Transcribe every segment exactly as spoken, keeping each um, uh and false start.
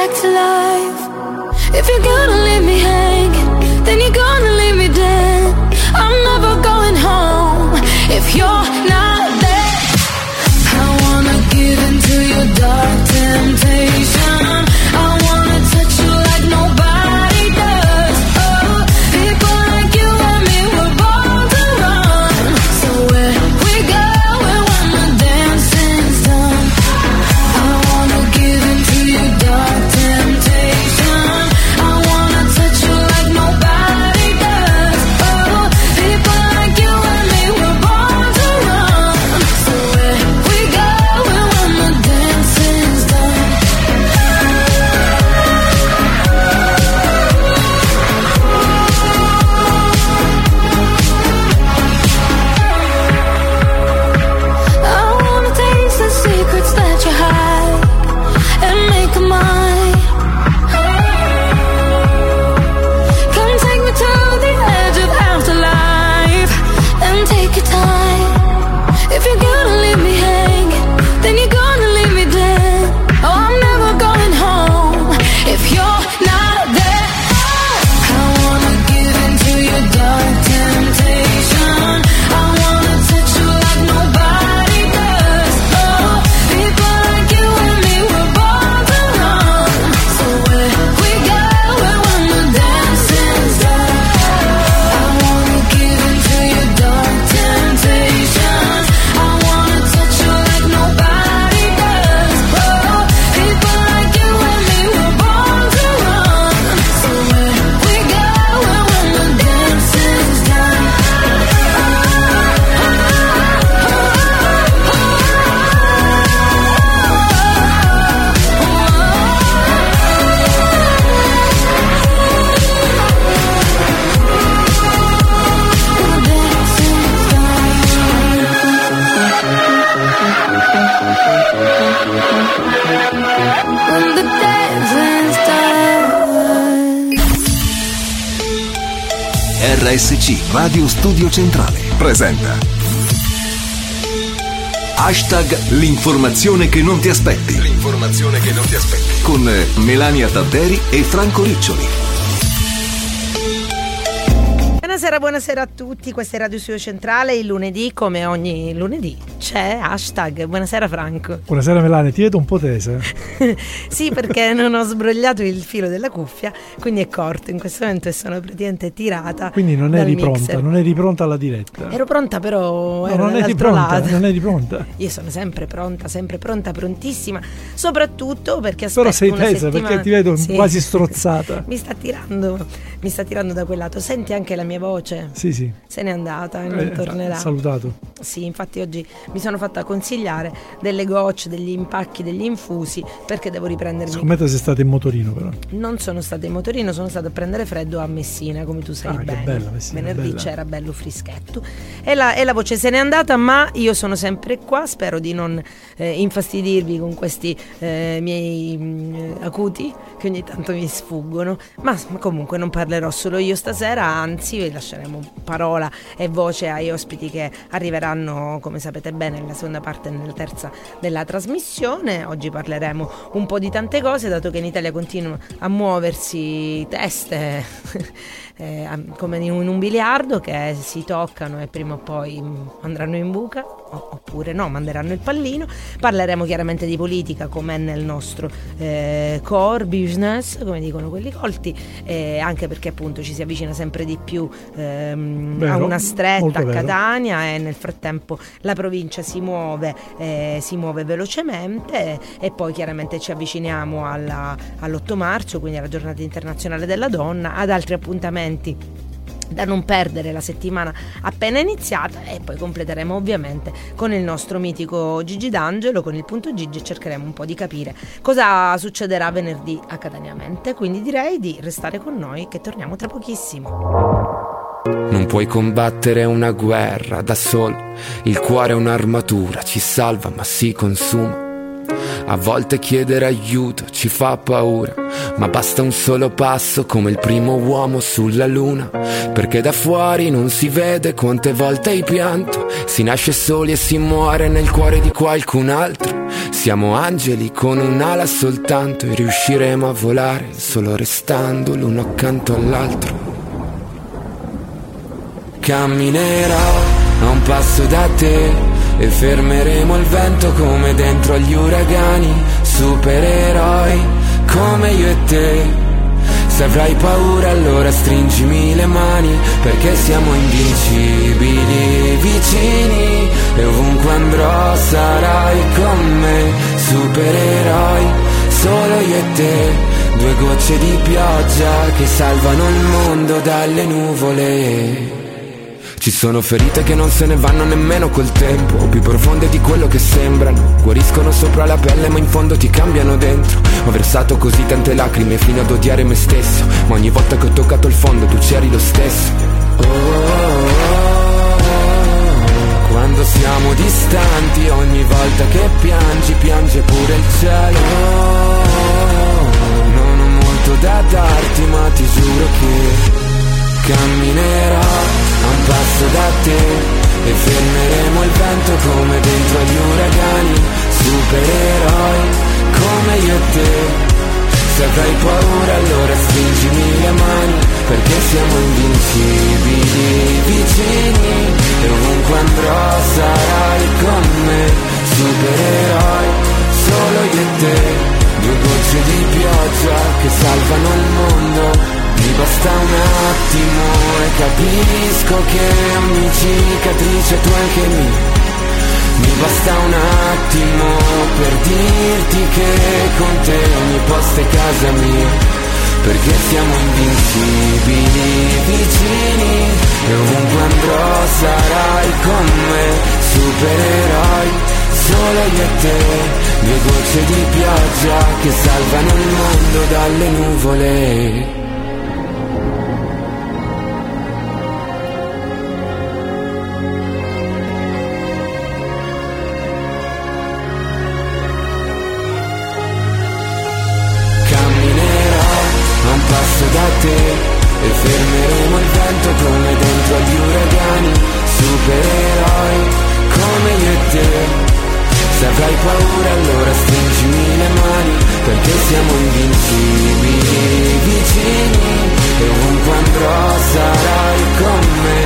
back to life. If you're gonna leave me hanging, then you're gonna leave me dead. I'm never going home if you're not there. I wanna give into your dark temptation. I wanna touch you like nobody does. Oh, people like you and me were born to run. So where we go when the dancing's done. I wanna give into your dark temptation. I wanna touch you like nobody does. Oh, people like you and me were born to run. So where we go when the dancing's done. I wanna taste the secrets that you hide and make them mine. Come take me to the edge of afterlife and take your time. If you're gonna leave me hanging, then you're gonna leave me dead. Oh, I'm never going home if you're not there. I wanna give into your dark temptation. I wanna touch you like nobody does. Oh, people like you and me were born to run. So where we go when the dancing's done. I wanna give into your dark temptation. I wanna touch you like nobody does. Oh, people like you and me were born to run. So where we go when the dancing's done. When the dancing's done. R S C Radio Studio Centrale presenta Hashtag l'informazione che non ti aspetti. L'informazione che non ti aspetti. Con Melania Tadderi e Franco Riccioli. Buonasera, buonasera a tutti, questa è Radio Studio Centrale, il lunedì come ogni lunedì c'è hashtag. Buonasera Franco. Buonasera Melania, ti vedo un po' tesa. Sì, perché non ho sbrogliato il filo della cuffia, quindi è corto in questo momento e sono praticamente tirata. Quindi non eri pronta, non eri pronta alla diretta. Ero pronta però no, ero non eri pronta, lato. non eri pronta. Io sono sempre pronta, sempre pronta, prontissima, soprattutto perché aspetto Però sei una tesa settimana. Perché ti vedo sì. quasi strozzata. Mi sta tirando, mi sta tirando da quel lato. Senti anche la mia voce? Sì, sì. Se n'è andata e non eh, tornerà. Salutato. Sì, infatti oggi mi sono fatta consigliare delle gocce, degli impacchi, degli infusi perché devo riprendermi. Scommetto sei stata in motorino però. Non sono stata in motorino, sono stata a prendere freddo a Messina, come tu sai ah, bene. Che bella Messina. Venerdì bella. c'era bello frischetto e la, e la voce se n'è andata, ma io sono sempre qua, spero di non eh, infastidirvi con questi eh, miei mh, acuti che ogni tanto mi sfuggono, ma, ma comunque non parlerò solo io stasera, anzi lasceremo parola e voce ai ospiti che arriveranno, come sapete bene, nella seconda parte e nella terza della trasmissione. Oggi parleremo un po' di tante cose, dato che in Italia continuano a muoversi teste eh, come in un biliardo che si toccano e prima o poi andranno in buca, oppure no, manderanno il pallino. Parleremo chiaramente di politica, come è nel nostro eh, core business, come dicono quelli colti, eh, anche perché appunto ci si avvicina sempre di più ehm, vero, a una stretta a vero. Catania, e nel frattempo la provincia si muove, eh, si muove velocemente, e poi chiaramente ci avviciniamo alla, all'otto marzo, quindi alla giornata internazionale della donna, ad altri appuntamenti da non perdere la settimana appena iniziata, e poi completeremo ovviamente con il nostro mitico Gigi D'Angelo, con il punto Gigi, e cercheremo un po' di capire cosa succederà venerdì a Catania Mente. Quindi direi di restare con noi, che torniamo tra pochissimo. Non puoi combattere una guerra da solo, il cuore è un'armatura, ci salva ma si consuma. A volte chiedere aiuto ci fa paura, ma basta un solo passo come il primo uomo sulla luna, perché da fuori non si vede quante volte hai pianto, si nasce soli e si muore nel cuore di qualcun altro. Siamo angeli con un'ala soltanto e riusciremo a volare solo restando l'uno accanto all'altro. Camminerò a un passo da te e fermeremo il vento come dentro agli uragani. Supereroi come io e te. Se avrai paura allora stringimi le mani, perché siamo invincibili, vicini, e ovunque andrò sarai con me. Supereroi, solo io e te, due gocce di pioggia che salvano il mondo dalle nuvole. Ci sono ferite che non se ne vanno nemmeno col tempo, più profonde di quello che sembrano. Guariscono sopra la pelle ma in fondo ti cambiano dentro. Ho versato così tante lacrime fino ad odiare me stesso, ma ogni volta che ho toccato il fondo tu c'eri lo stesso. Oh, oh, oh, oh. Quando siamo distanti, ogni volta che piangi, piange pure il cielo. Oh, oh, oh. Non ho molto da darti ma ti giuro che camminerò a un passo da te e fermeremo il vento come dentro agli uragani. Supereroi come io e te. Se avrai paura allora stringimi le mani, perché siamo invincibili, vicini, e ovunque andrò sarai con me. Supereroi, solo io e te, due gocce di pioggia che salvano il mondo. Mi basta un attimo e capisco che ogni cicatrice tu anche mia. Mi basta un attimo per dirti che con te ogni posto è casa mia, perché siamo invincibili, vicini, e ovunque andrò sarai con me. Supereroi, solo io e te, due gocce di pioggia che salvano il mondo dalle nuvole. Da te e fermeremo il vento come dentro agli uragani. Supereroi come io e te. Se avrai paura allora stringimi le mani, perché siamo invincibili, vicini, e ovunque andrò sarai con me.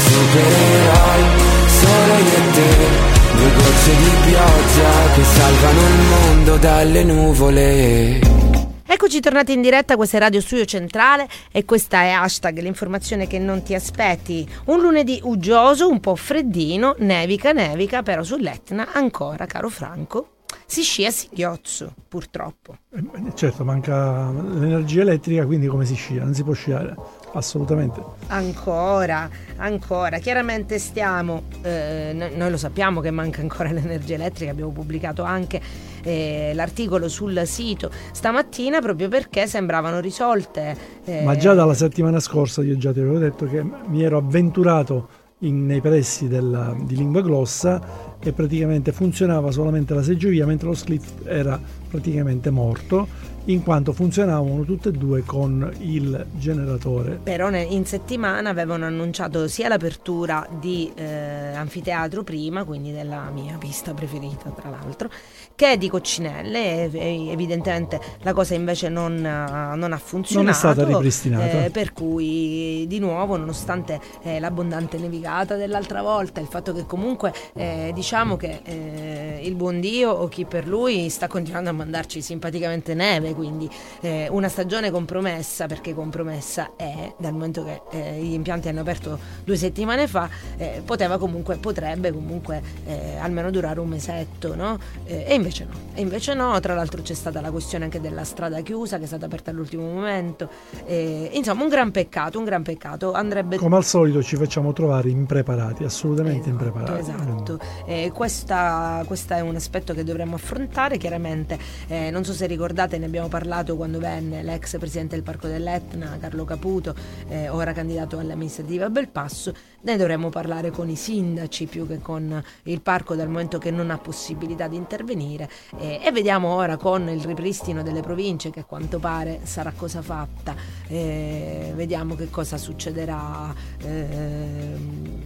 Supereroi, solo io e te, due gocce di pioggia che salvano il mondo dalle nuvole. Eccoci tornati in diretta, questa è Radio Studio Centrale e questa è hashtag l'informazione che non ti aspetti. Un lunedì uggioso, un po' freddino, nevica nevica, però sull'Etna ancora, caro Franco, si scia a singhiozzo, purtroppo. Eh, certo, manca l'energia elettrica, quindi come si scia? Non si può sciare, assolutamente. Ancora, ancora. Chiaramente stiamo, eh, noi, noi lo sappiamo che manca ancora l'energia elettrica, abbiamo pubblicato anche eh, l'articolo sul sito stamattina proprio perché sembravano risolte. Eh, Ma già dalla settimana scorsa io già ti avevo detto che mi ero avventurato in, nei pressi della, di Lingua Glossa e praticamente funzionava solamente la seggiovia mentre lo slift era praticamente morto, in quanto funzionavano tutte e due con il generatore. Però in settimana avevano annunciato sia l'apertura di eh, anfiteatro prima, quindi della mia pista preferita tra l'altro, che di Coccinelle, e evidentemente la cosa invece non, non ha funzionato. Non è stata ripristinata. Eh, per cui di nuovo, nonostante eh, l'abbondante nevicata dell'altra volta, il fatto che comunque eh, diciamo che eh, il buon Dio o chi per lui sta continuando a mandarci simpaticamente neve, quindi eh, una stagione compromessa, perché compromessa è, dal momento che eh, gli impianti hanno aperto due settimane fa, eh, poteva comunque, potrebbe comunque eh, almeno durare un mesetto, no? Eh, e invece no, e invece no, tra l'altro c'è stata la questione anche della strada chiusa che è stata aperta all'ultimo momento, eh, insomma un gran peccato, un gran peccato, andrebbe... Come al solito ci facciamo trovare impreparati, assolutamente esatto, impreparati. Esatto, eh, questa, questa è un aspetto che dovremmo affrontare, chiaramente, eh, non so se ricordate, ne abbiamo parlato quando venne l'ex presidente del Parco dell'Etna, Carlo Caputo, eh, ora candidato all'amministrativa Belpasso. Ne dovremmo parlare con i sindaci più che con il parco, dal momento che non ha possibilità di intervenire, eh, e vediamo ora con il ripristino delle province, che a quanto pare sarà cosa fatta, eh, vediamo che cosa succederà. eh,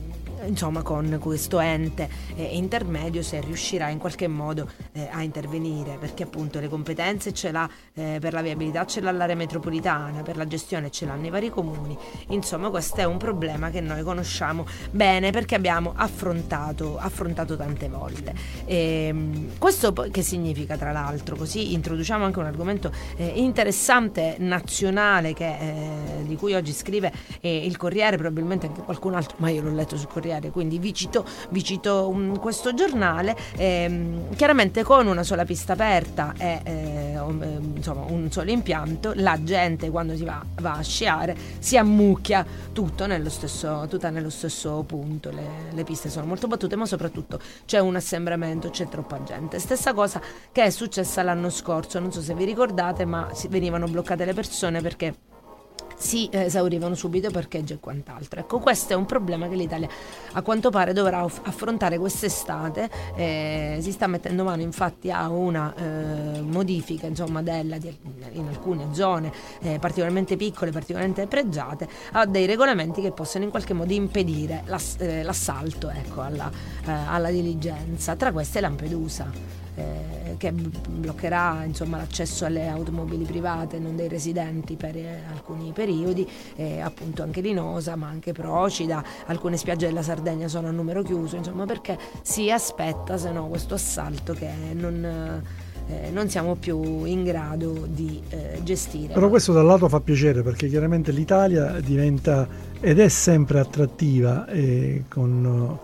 insomma con questo ente eh, intermedio, se riuscirà in qualche modo eh, a intervenire, perché appunto le competenze ce l'ha eh, per la viabilità, ce l'ha l'area metropolitana, per la gestione ce l'hanno i vari comuni. Insomma, questo è un problema che noi conosciamo bene perché abbiamo affrontato, affrontato tante volte. E, questo che significa, tra l'altro, così introduciamo anche un argomento eh, interessante nazionale che, eh, di cui oggi scrive eh, il Corriere, probabilmente anche qualcun altro, ma io l'ho letto sul Corriere, quindi vi cito, vi cito um, questo giornale. ehm, chiaramente con una sola pista aperta e eh, um, insomma un solo impianto, la gente quando si va, va a sciare si ammucchia tutto nello stesso, tutta nello stesso punto, le, le piste sono molto battute, ma soprattutto c'è un assembramento, c'è troppa gente. Stessa cosa che è successa l'anno scorso, non so se vi ricordate, ma si venivano bloccate le persone perché si esaurivano subito parcheggi e quant'altro. Ecco, questo è un problema che l'Italia a quanto pare dovrà off- affrontare quest'estate. Eh, si sta mettendo mano infatti a una eh, modifica, insomma, della, di, in alcune zone eh, particolarmente piccole, particolarmente pregiate, a dei regolamenti che possono in qualche modo impedire l'ass- eh, l'assalto, ecco, alla, eh, alla diligenza. Tra queste Lampedusa, Eh, che bloccherà, insomma, l'accesso alle automobili private non dei residenti per eh, alcuni periodi, eh, appunto anche Linosa, ma anche Procida, alcune spiagge della Sardegna sono a numero chiuso, insomma, perché si aspetta, se no, questo assalto che non, eh, non siamo più in grado di eh, gestire. Però questo dal lato fa piacere, perché chiaramente l'Italia diventa ed è sempre attrattiva e con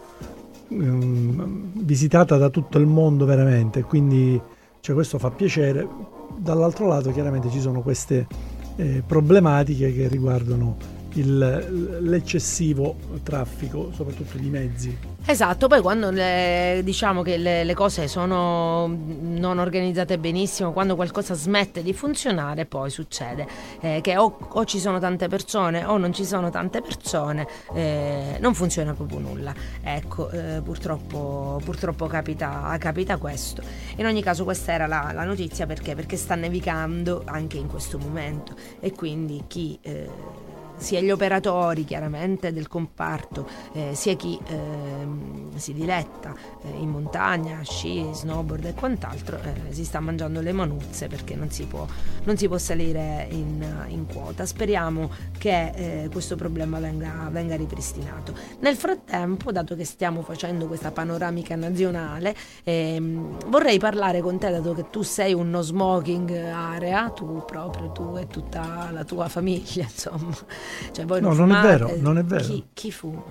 visitata da tutto il mondo veramente, quindi cioè, questo fa piacere. Dall'altro lato chiaramente ci sono queste eh, problematiche che riguardano il, l'eccessivo traffico, soprattutto di mezzi. Esatto, poi quando le, diciamo che le, le cose sono non organizzate benissimo, quando qualcosa smette di funzionare, poi succede eh, che o, o ci sono tante persone o non ci sono tante persone, eh, non funziona proprio nulla. Ecco, eh, purtroppo, purtroppo capita, capita questo. In ogni caso questa era la, la notizia, perché? Perché sta nevicando anche in questo momento e quindi chi... Eh, sia gli operatori chiaramente del comparto, eh, sia chi eh, si diletta eh, in montagna, sci, snowboard e quant'altro, eh, si sta mangiando le manuzze perché non si può, non si può salire in, in quota. Speriamo che eh, questo problema venga, venga ripristinato. Nel frattempo, dato che stiamo facendo questa panoramica nazionale, ehm, vorrei parlare con te, dato che tu sei un no smoking area, tu proprio, tu e tutta la tua famiglia, insomma. Cioè, voi no, non, non fumate, è vero, non è vero. Chi, chi fuma?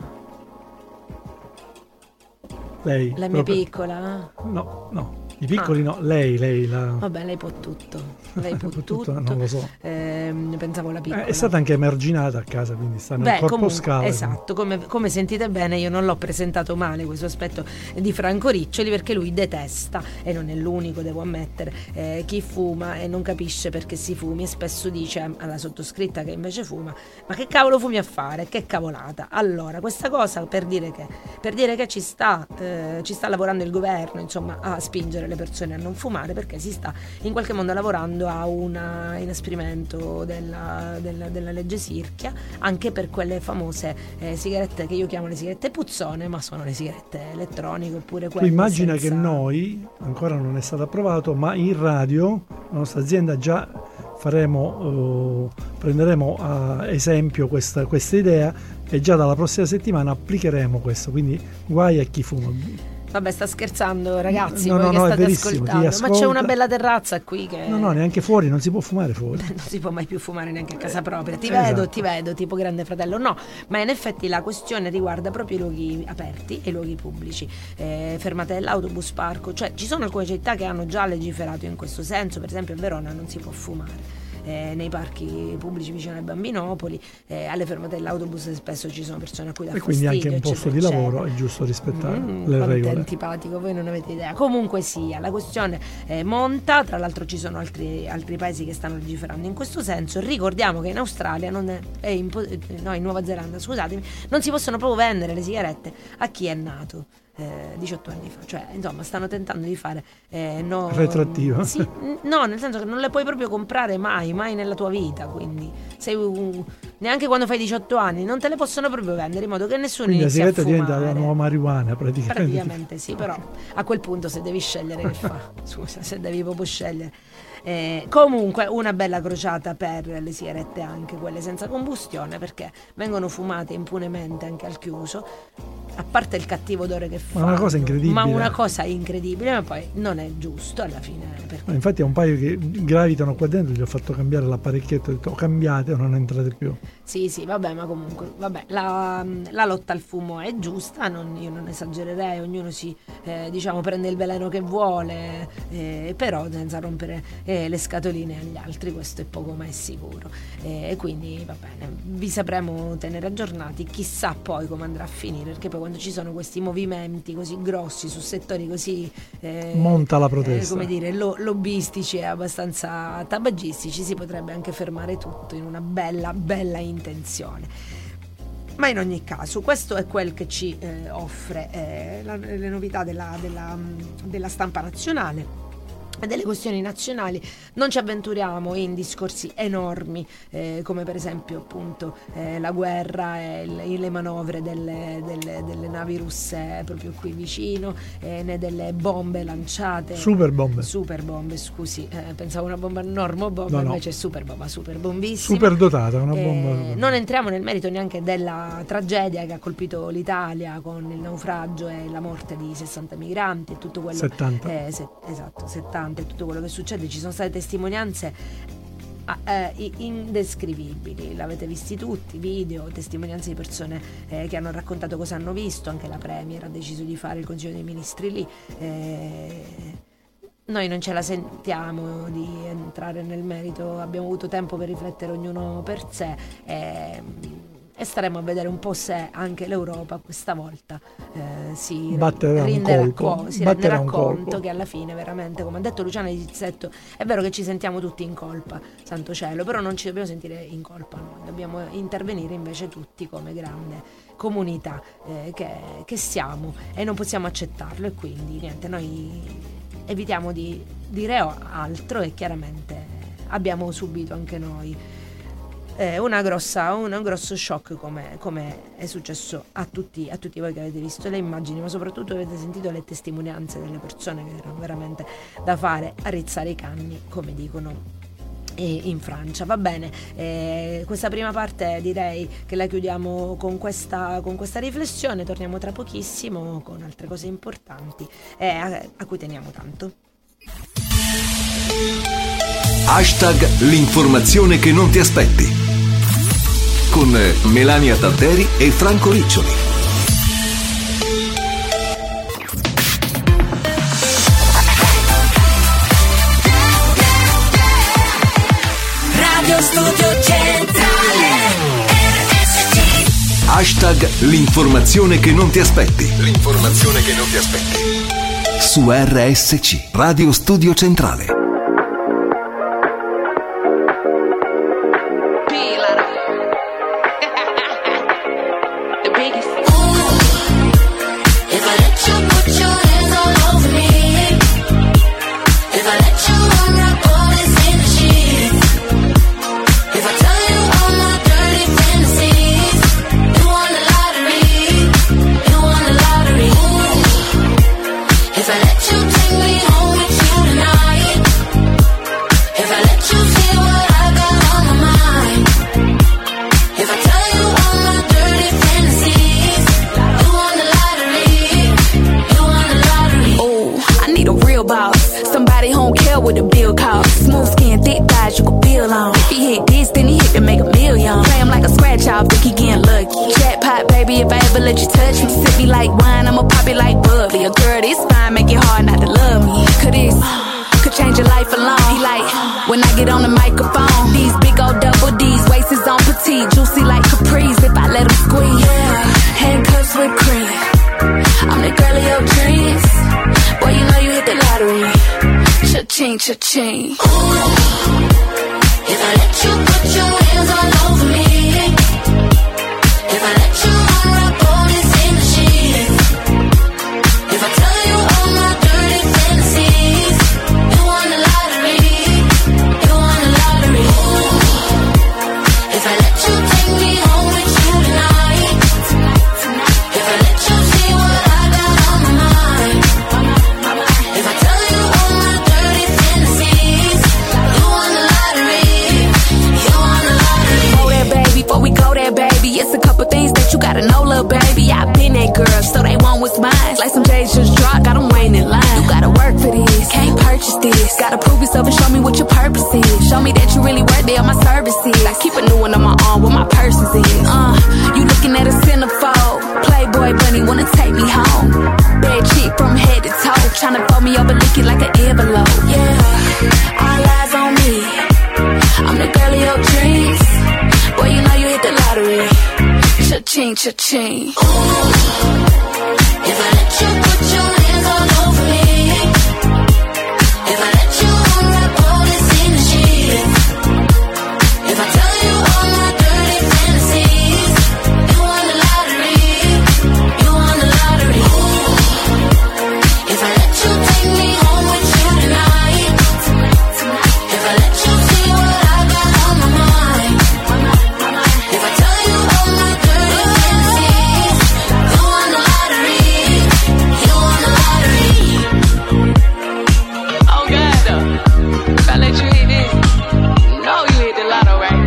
Lei. La mia proprio. Piccola? No, no. I piccoli ah. no, lei, lei la... Vabbè, lei può tutto. Lei può tutto. tutto, non lo so. Eh, pensavo la piccola. È stata anche emarginata a casa, quindi sta nel Beh, corpo comunque, scala. esatto, come, come sentite bene, io non l'ho presentato male questo aspetto di Franco Riccioli, perché lui detesta, e non è l'unico, devo ammettere, eh, chi fuma e non capisce perché si fumi, e spesso dice alla sottoscritta, che invece fuma: ma che cavolo fumi a fare? Che cavolata. Allora, questa cosa per dire che, per dire che ci sta, eh, ci sta lavorando il governo, insomma, a spingere le persone a non fumare, perché si sta in qualche modo lavorando a un inasprimento della, della, della legge Sirchia, anche per quelle famose eh, sigarette che io chiamo le sigarette puzzone, ma sono le sigarette elettroniche, oppure quelle Tu immagina senza... che noi, ancora non è stato approvato, ma in radio la nostra azienda già faremo, eh, prenderemo a esempio questa, questa idea, e già dalla prossima settimana applicheremo questo, quindi guai a chi fuma. Vabbè, sta scherzando, ragazzi, no, voi no, che no, state è verissimo, ascoltando. ascolta... Ma c'è una bella terrazza qui che... No, no, neanche fuori, non si può fumare fuori. Non si può mai più fumare neanche a casa propria. Ti esatto. vedo, ti vedo, tipo Grande Fratello. No, ma in effetti la questione riguarda proprio i luoghi aperti e i luoghi pubblici. Eh, fermate dell'autobus, parco. Cioè, ci sono alcune città che hanno già legiferato in questo senso. Per esempio a Verona non si può fumare. Eh, nei parchi pubblici vicino ai bambinopoli, eh, alle fermate dell'autobus spesso ci sono persone a cui dà e quindi fastidio, anche un posto eccetera, di lavoro eccetera. è giusto rispettare mm, le regole. È antipatico, voi non avete idea. Comunque sia, la questione eh, monta. Tra l'altro ci sono altri, altri paesi che stanno legiferando in questo senso. Ricordiamo che in Australia non è, è in, no, in Nuova Zelanda, scusatemi, non si possono proprio vendere le sigarette a chi è nato eh, diciotto anni fa, cioè insomma stanno tentando di fare eh, no, retroattiva. Sì, no, nel senso che non le puoi proprio comprare mai, mai nella tua vita, quindi sei un, neanche quando fai diciotto anni non te le possono proprio vendere, in modo che nessuno quindi inizi a fumare. Quindi la sigaretta diventa la nuova marijuana praticamente. Praticamente sì, però a quel punto se devi scegliere che fa? Scusa, se devi proprio scegliere. Eh, comunque una bella crociata per le sigarette, anche quelle senza combustione, perché vengono fumate impunemente anche al chiuso, a parte il cattivo odore che fa, ma una cosa incredibile, ma una cosa incredibile, ma poi non è giusto alla fine, perché... infatti è un paio che gravitano qua dentro, gli ho fatto cambiare l'apparecchietto, ho detto cambiate o non entrate più. Sì sì, vabbè, ma comunque vabbè, la, la lotta al fumo è giusta, non, io non esagererei, ognuno si eh, diciamo prende il veleno che vuole, eh, però senza rompere eh, le scatoline agli altri, questo è poco ma è sicuro, e eh, quindi va bene, vi sapremo tenere aggiornati, chissà poi come andrà a finire, perché poi quando ci sono questi movimenti così grossi su settori così eh, monta la protesta, eh, come dire, lo, lobbistici e abbastanza tabagistici, si potrebbe anche fermare tutto in una bella bella intenzione. Ma in ogni caso questo è quel che ci eh, offre eh, la, le novità della, della, della stampa nazionale e delle questioni nazionali. Non ci avventuriamo in discorsi enormi eh, come per esempio appunto eh, la guerra e il, le manovre delle, delle, delle navi russe proprio qui vicino, eh, né delle bombe lanciate, super bombe super bombe scusi eh, pensavo una bomba normobomba, no, no. Invece è super bomba, super bombissima, super dotata, una eh, bomba. Non entriamo nel merito neanche della tragedia che ha colpito l'Italia con il naufragio e la morte di sessanta migranti e tutto quello settanta eh, se, esatto settanta e tutto quello che succede. Ci sono state testimonianze eh, indescrivibili, l'avete visti tutti, video, testimonianze di persone eh, che hanno raccontato cosa hanno visto. Anche la Premier ha deciso di fare il Consiglio dei Ministri lì, eh, noi non ce la sentiamo di entrare nel merito, abbiamo avuto tempo per riflettere ognuno per sé eh, e staremo a vedere un po' se anche l'Europa questa volta eh, si batterà renderà, un colpo, co- si batterà renderà un conto colpo. che alla fine veramente, come ha detto Luciana Di Zizzetto, è vero che ci sentiamo tutti in colpa, santo cielo, però non ci dobbiamo sentire in colpa noi, dobbiamo intervenire invece tutti come grande comunità eh, che, che siamo, e non possiamo accettarlo, e quindi niente, noi evitiamo di dire altro, e chiaramente abbiamo subito anche noi Eh, una grossa, un, un grosso shock come, come è successo a tutti, a tutti voi che avete visto le immagini, ma soprattutto avete sentito le testimonianze delle persone, che erano veramente da fare a rizzare i canni, come dicono eh, in Francia. Va bene, eh, questa prima parte direi che la chiudiamo con questa, con questa riflessione, torniamo tra pochissimo con altre cose importanti eh, a, a cui teniamo tanto. Hashtag l'informazione che non ti aspetti, con Melania Tadderi e Franco Riccioli. Radio Studio Centrale R S C. Hashtag l'informazione che non ti aspetti. L'informazione che non ti aspetti. Su R S C, Radio Studio Centrale. With a bill call, smooth skin, thick thighs, you can feel on. If he hit this, then he hit to make a million. Play him like a scratch off, think he getting lucky. Jackpot, baby, if I ever let you touch me. Sip me like wine, I'ma pop it like bubbly. A girl this fine, make it hard not to love me. Could this, could change your life alone. He like, when I get on the microphone. These big old double D's, waist is on petite. Juicy like Capri's, if I let him squeeze. Yeah, handcuffs with cream. I'm the girl of your dreams. Boy, you know you hit the lottery. Cha-ching, cha-ching. Ooh, if I let you put your hands all over me, if I let you unwrap all this in the sheets, mine. Like some J's just dropped, got them waiting in line. You gotta work for this, can't purchase this. Gotta prove yourself and show me what your purpose is. Show me that you really worth it on my services. I keep a new one on my arm with my purses in. Uh, you looking at a centerfold. Playboy bunny wanna take me home. Bad chick from head to toe. Tryna fold me over, lick it like an envelope. Yeah, all eyes on me. I'm the girl of your dreams. Boy, you know you hit the lottery. Cha-ching, cha-ching. Ooh, if I let you put your hands all over me, if I let you unwrap all this in the sheets, if I tell you all my dirty fantasies, you won the lottery, you won the lottery. Ooh, if I let you take me home with you tonight, if I let you see what I got on my mind, if I tell you all my dirty fantasies, you won the lottery, you won the lottery. Oh God, if I let you hit this, you know you hit the lotto, right?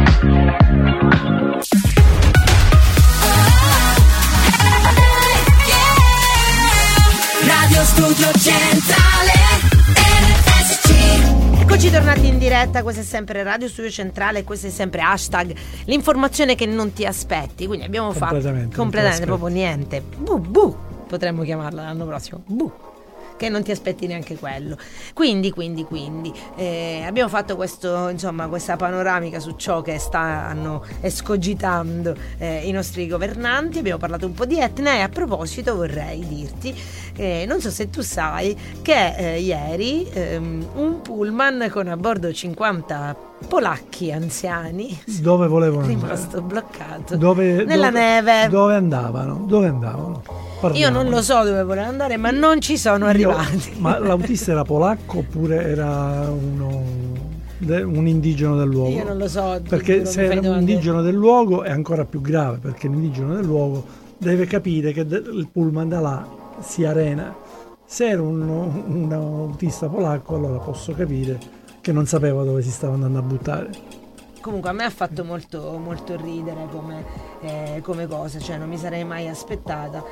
Radio Studio Centrale R S C. Eccoci tornati in diretta, questo è sempre Radio Studio Centrale, questo è sempre hashtag l'informazione che non ti aspetti, quindi abbiamo fatto Completamente, completamente non ti proprio niente, bu bu, potremmo chiamarla l'anno prossimo, bu, che non ti aspetti neanche quello. Quindi, quindi, quindi eh, abbiamo fatto questo, insomma, questa panoramica su ciò che stanno escogitando eh, i nostri governanti, abbiamo parlato un po' di Etna e a proposito vorrei dirti, eh, non so se tu sai che eh, ieri ehm, un pullman con a bordo cinquanta polacchi anziani Dove volevano è andare? rimasto bloccato Dove, nella dove- neve. Dove andavano? Dove andavano? Io Parliamo. non lo so dove volevano andare, ma non ci sono Io- arrivati. Ma l'autista era polacco oppure era uno, de- un indigeno del luogo? Io non lo so. ti Perché giuro, se mi fai era un domande. indigeno del luogo è ancora più grave, perché l'indigeno del luogo deve capire che de- il pullman da là si arena. Se era un, un autista polacco, allora posso capire che non sapeva dove si stava andando a buttare. Comunque a me ha fatto molto, molto ridere come, eh, come cosa, cioè non mi sarei mai aspettata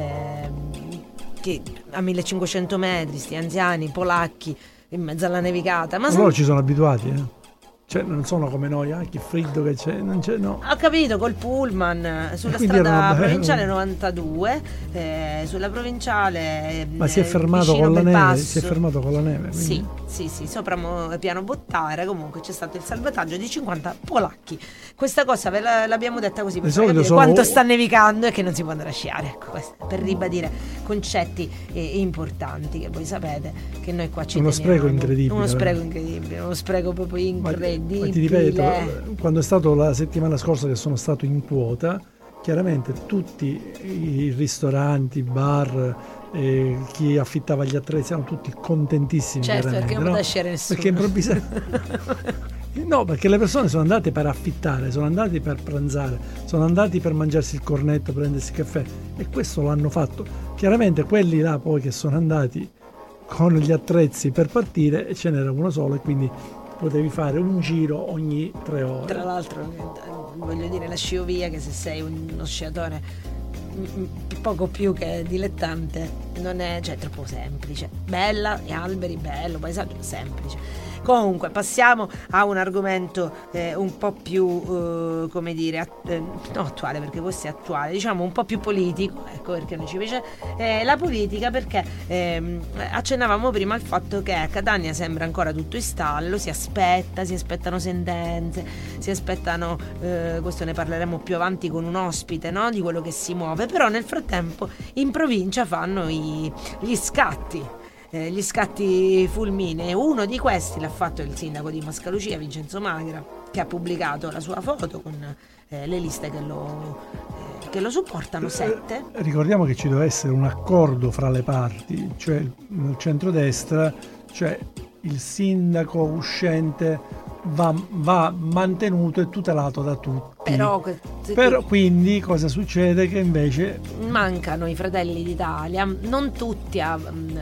ehm, che a millecinquecento metri sti anziani polacchi in mezzo alla nevicata. Ma Ma son- loro ci sono abituati, eh? Cioè non sono come noi, ah che freddo che c'è, non c'è, no. Ho capito, col pullman eh, sulla quindi strada erano- provinciale novantadue, eh, sulla provinciale eh, Ma si è fermato vicino con la neve, Belpasso. si è fermato con la neve. Sì, quindi- sì, sì, sopra Mo- piano Bottara comunque c'è stato il salvataggio di cinquanta polacchi. Questa cosa ve la- l'abbiamo detta così per Di far solito capire sono- quanto sta nevicando e che non si può andare a sciare. Ecco, questo, per ribadire concetti eh, importanti che voi sapete che noi qua ci Uno teniamo. spreco incredibile, Uno spreco eh. incredibile, uno spreco proprio Ma, incredibile. ma ti ripeto, quando è stato la settimana scorsa che sono stato in quota, chiaramente tutti i ristoranti, i bar, eh, chi affittava gli attrezzi erano tutti contentissimi. Certo, chiaramente, perché non no? poteva sciare nessuno. Perché improvvisamente... No, perché le persone sono andate per affittare, sono andati per pranzare, sono andati per mangiarsi il cornetto, prendersi il caffè, e questo l'hanno fatto. Chiaramente quelli là poi che sono andati con gli attrezzi per partire, e ce n'era uno solo, e quindi potevi fare un giro ogni tre ore. Tra l'altro, eh, voglio dire, la sciovia, che se sei uno sciatore mm, mm, poco più che dilettante, non è, cioè, troppo semplice. Bella, gli alberi, bello, paesaggio, semplice. Comunque passiamo a un argomento eh, un po' più eh, come dire att- eh, no attuale, perché questo è attuale, diciamo un po' più politico, ecco perché non ci piace eh, la politica, perché ehm, accennavamo prima al fatto che a Catania sembra ancora tutto in stallo, si aspetta, si aspettano sentenze, si aspettano eh, questo ne parleremo più avanti con un ospite, no? Di quello che si muove, però nel frattempo in provincia fanno i, gli scatti Eh, gli scatti fulminei. Uno di questi l'ha fatto il sindaco di Mascalucia, Vincenzo Magra, che ha pubblicato la sua foto con eh, le liste che lo, eh, che lo supportano, sette. Eh, ricordiamo che ci deve essere un accordo fra le parti, cioè il centrodestra, cioè il sindaco uscente va, va mantenuto e tutelato da tutti. Però, que- Però quindi cosa succede? Che invece mancano i Fratelli d'Italia, non tutti a, a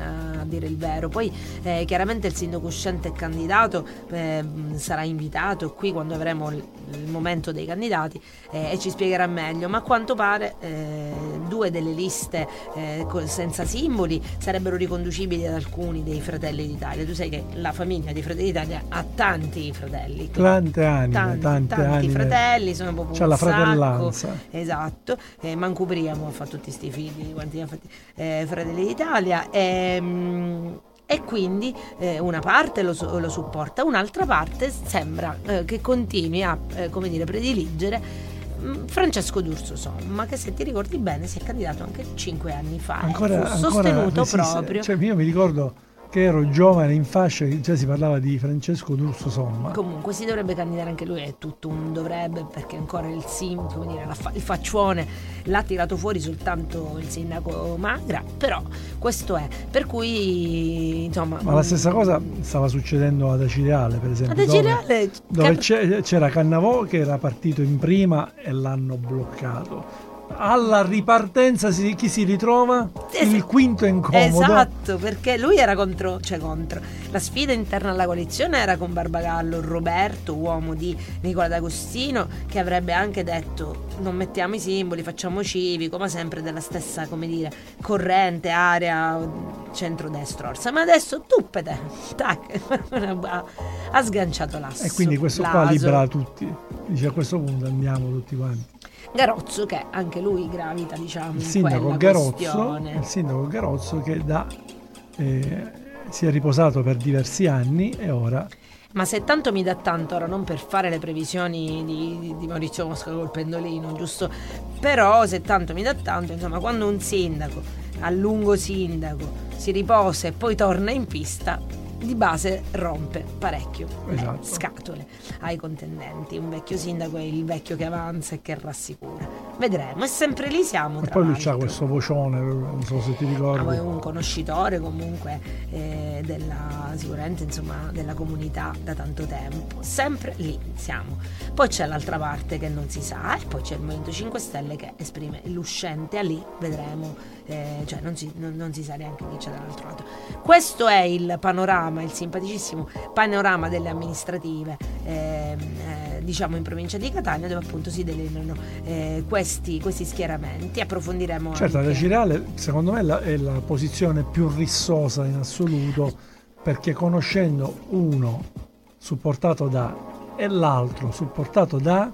a dire il vero. Poi eh, chiaramente il sindaco uscente e candidato eh, sarà invitato qui quando avremo il, il momento dei candidati eh, e ci spiegherà meglio, ma a quanto pare eh, due delle liste eh, senza simboli sarebbero riconducibili ad alcuni dei Fratelli d'Italia. Tu sai che la famiglia dei Fratelli d'Italia ha tanti fratelli, tante anime, tanti, tante tanti anime. fratelli, sono proprio c'è un la sacco. fratellanza, esatto, eh, Manco Priamo ha fatto tutti sti figli quanti ne ha fatti eh, Fratelli d'Italia e, mm, e quindi eh, una parte lo, lo supporta, un'altra parte sembra eh, che continui a eh, come dire prediligere mh, Francesco D'Urso Somma, che se ti ricordi bene si è candidato anche cinque anni fa, ancora, fu ancora sostenuto resiste. proprio, Cioè, io mi ricordo che ero giovane in fascia, già si parlava di Francesco D'Urso Somma. Comunque si dovrebbe candidare anche lui, è tutto un dovrebbe, perché ancora il sim, come dire, la fa- il faccione l'ha tirato fuori soltanto il sindaco Magra, però questo è, per cui insomma. Ma la stessa cosa stava succedendo ad Acireale, per esempio, ad Acireale, dove, dove can- c'era Cannavò che era partito in prima e l'hanno bloccato. Alla ripartenza si, chi si ritrova? Es- il quinto incomodo. Esatto, perché lui era contro, cioè contro. La sfida interna alla coalizione era con Barbagallo, Roberto, uomo di Nicola D'Agostino, che avrebbe anche detto non mettiamo i simboli, facciamo civico, ma sempre della stessa, come dire, corrente, area centrodestra orsa. Ma adesso tuppete, tac, ha, ha sganciato l'asso. E quindi questo l'aso. qua libera tutti. Dice a questo punto andiamo tutti quanti. Garozzo, che anche lui gravita, diciamo, Il in sindaco quella Garozzo, questione. il sindaco Garozzo che da eh, si è riposato per diversi anni e ora. Ma se tanto mi dà tanto, ora non per fare le previsioni di, di Maurizio Mosca col pendolino, giusto? Però se tanto mi dà tanto, insomma, quando un sindaco, a lungo sindaco, si riposa e poi torna in pista, di base rompe parecchio esatto. le scatole ai contendenti. Un vecchio sindaco è il vecchio che avanza e che rassicura. Vedremo, e sempre lì siamo. E tra poi lui l'altro. c'ha questo vocione, non so se ti ricordi. Ma è un conoscitore comunque eh, della, sicuramente insomma, della comunità da tanto tempo. Sempre lì siamo. Poi c'è l'altra parte che non si sa, e poi c'è il Movimento cinque Stelle che esprime l'uscente, a lì vedremo, eh, cioè non si, non, non si sa neanche chi c'è dall'altro lato. Questo è il panorama, il simpaticissimo panorama delle amministrative eh, eh, diciamo in provincia di Catania, dove appunto si delineano eh, questi, questi schieramenti. Approfondiremo certo anche... la Acireale secondo me la, è la posizione più rissosa in assoluto, perché conoscendo uno supportato da e l'altro supportato da,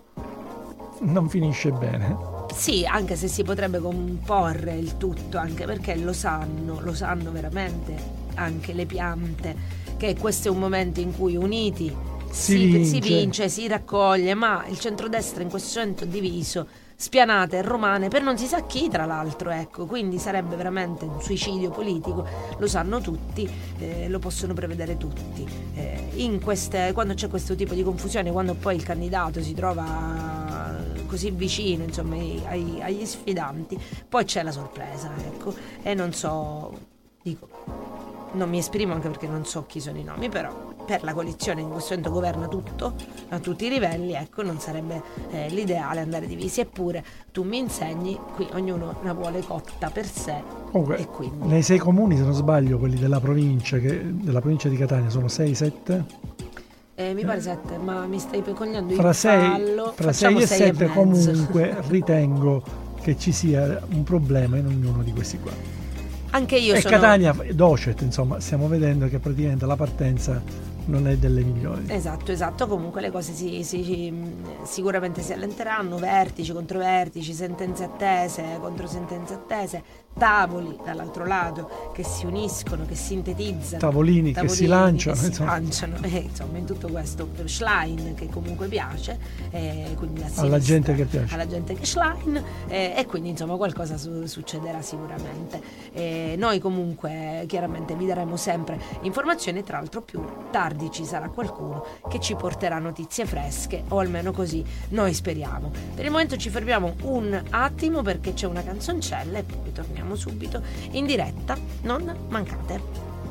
non finisce bene. Sì, anche se si potrebbe comporre il tutto, anche perché lo sanno, lo sanno veramente anche le piante, che questo è un momento in cui uniti si, si, vince. si vince, si raccoglie, ma il centrodestra in questo momento diviso, spianate e romane per non si sa chi, tra l'altro, ecco, quindi sarebbe veramente un suicidio politico, lo sanno tutti, eh, lo possono prevedere tutti. Eh, in queste, quando c'è questo tipo di confusione, quando poi il candidato si trova così vicino, insomma, ai, agli sfidanti, poi c'è la sorpresa, ecco, e non so, dico, non mi esprimo anche perché non so chi sono i nomi, però per la coalizione in questo momento governa tutto a tutti i livelli, ecco, non sarebbe eh, l'ideale andare divisi, eppure tu mi insegni, qui ognuno la vuole cotta per sé. Comunque, e quindi nei sei comuni, se non sbaglio, quelli della provincia, che, della provincia di Catania, sono sei sette? Eh, mi pare sette, ma mi stai cogliendo fra il sei, fallo. fra Facciamo sei e sei sette e mezzo. comunque ritengo che ci sia un problema in ognuno di questi qua. Anche io e sono... Catania, Docet, insomma, stiamo vedendo che praticamente la partenza non è delle migliori. Esatto, esatto, comunque le cose si, si, sicuramente si allenteranno, vertici contro vertici, sentenze attese contro sentenze attese, tavoli dall'altro lato che si uniscono, che sintetizzano, tavolini, tavolini che si lanciano, che insomma. si lanciano e, insomma, in tutto questo Schlein che comunque piace, e quindi la alla gente che piace, alla gente che Schlein, e, e quindi insomma qualcosa su, succederà sicuramente. E noi comunque chiaramente vi daremo sempre informazioni, tra l'altro più tardi ci sarà qualcuno che ci porterà notizie fresche, o almeno così noi speriamo. Per il momento ci fermiamo un attimo perché c'è una canzoncella e poi torniamo subito in diretta, non mancate.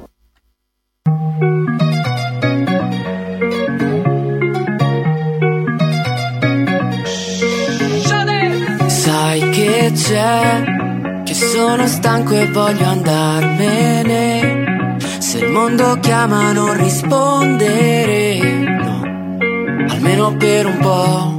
Sai che c'è, che sono stanco e voglio andarmene, Se il mondo chiama non rispondere, no, almeno per un po'.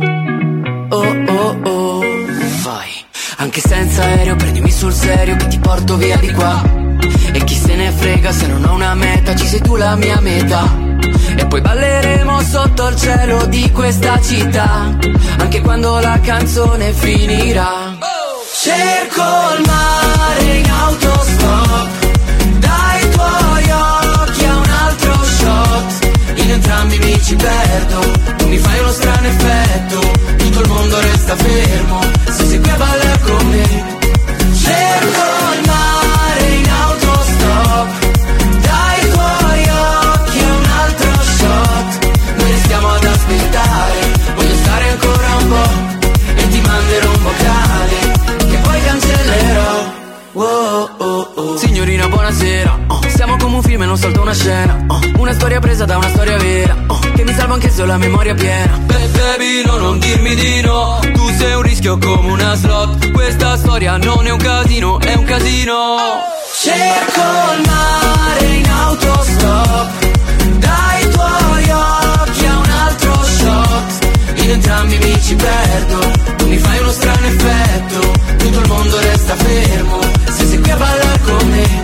Oh oh oh, vai. Anche senza aereo prendimi sul serio che ti porto via di qua. E chi se ne frega se non ho una meta, ci sei tu la mia metà. E poi balleremo sotto il cielo di questa città, anche quando la canzone finirà. Cerco il mare in autostop, dai tuoi occhi a un altro shot. In entrambi mi ci perdo, tu mi fai uno strano effetto, tutto il mondo resta fermo se sei qui a ballare con me. Cerco il mare in autostop, dai tuoi occhi a un altro shot. Noi restiamo ad aspettare, voglio stare ancora un po' e ti manderò un vocale che poi cancellerò. Oh, oh, oh. Signorina buonasera, oh. Siamo come un film e non soltanto una scena, oh. Una storia presa da una storia vera, oh. Che mi salva anche se ho la memoria piena. Baby no, non dirmi di no, tu sei un rischio come una slot. Questa storia non è un casino, è un casino, oh. Cerco il mare in autostop, dai tuoi occhi a un altro shot. In entrambi mi ci perdo, tu mi fai uno strano effetto, tutto il mondo resta fermo se sei qui a ballare con me.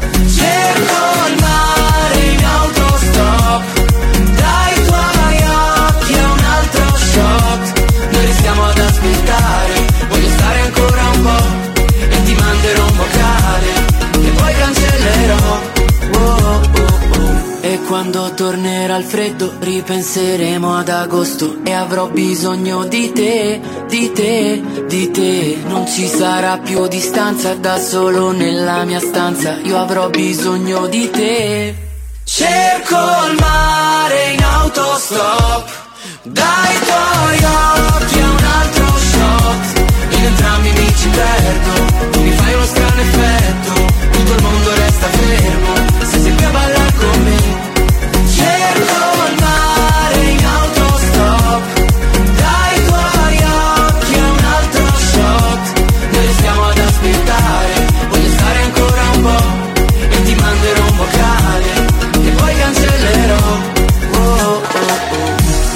Cerco il mare in autostop, dai tuoi occhi a un altro shot. Noi restiamo ad aspettare, voglio stare ancora un po' e ti manderò un vocale che poi cancellerò. Oh, oh, oh. E quando tornerà il freddo ripenseremo ad agosto e avrò bisogno di te, di te, di te. Non ci sarà più distanza, da solo nella mia stanza io avrò bisogno di te. Cerco il mare in autostop, dai tuoi occhi a un altro shot. In entrambi mi ci perdo, tu mi fai uno strano effetto, tutto il mondo resta fermo se sei qui a ballare con me. Cerco il mare in autostop, dai tuoi occhi a un altro shot. Noi restiamo ad aspettare, voglio stare ancora un po' e ti manderò un vocale che poi cancellerò. Oh, oh, oh.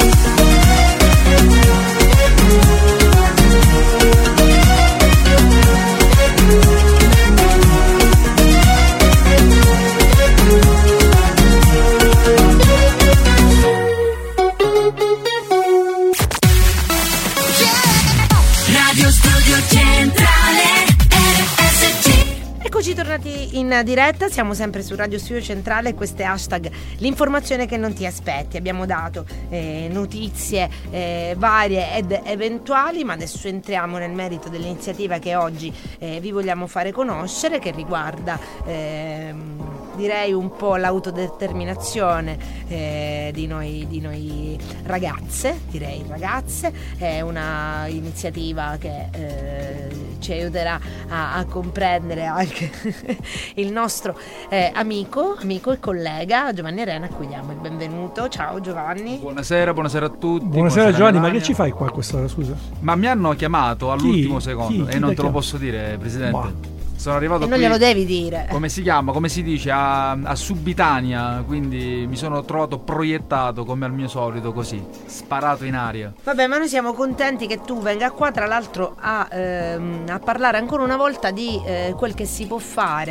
Eccoci tornati in diretta, siamo sempre su Radio Studio Centrale, questo è hashtag l'informazione che non ti aspetti. Abbiamo dato eh, notizie eh, varie ed eventuali, ma adesso entriamo nel merito dell'iniziativa che oggi eh, vi vogliamo fare conoscere, che riguarda eh, direi un po' l'autodeterminazione eh, di noi, di noi ragazze, direi ragazze. È una iniziativa che eh, ci aiuterà a, a comprendere anche il nostro eh, amico, amico e collega Giovanni Arena, a cui diamo il benvenuto. Ciao Giovanni. Buonasera, buonasera a tutti. Buonasera, buonasera Giovanni, Melania. Ma che ci fai qua a quest'ora, scusa? Ma mi hanno chiamato all'ultimo Chi? secondo Chi? Chi e non ti te lo chiama? posso dire, Presidente. Bah. Sono arrivato E non qui, glielo devi dire. come si chiama, come si dice, a, a subitanea, quindi mi sono trovato proiettato come al mio solito, così, sparato in aria. Vabbè, ma noi siamo contenti che tu venga qua, tra l'altro a, ehm, a parlare ancora una volta di eh, quel che si può fare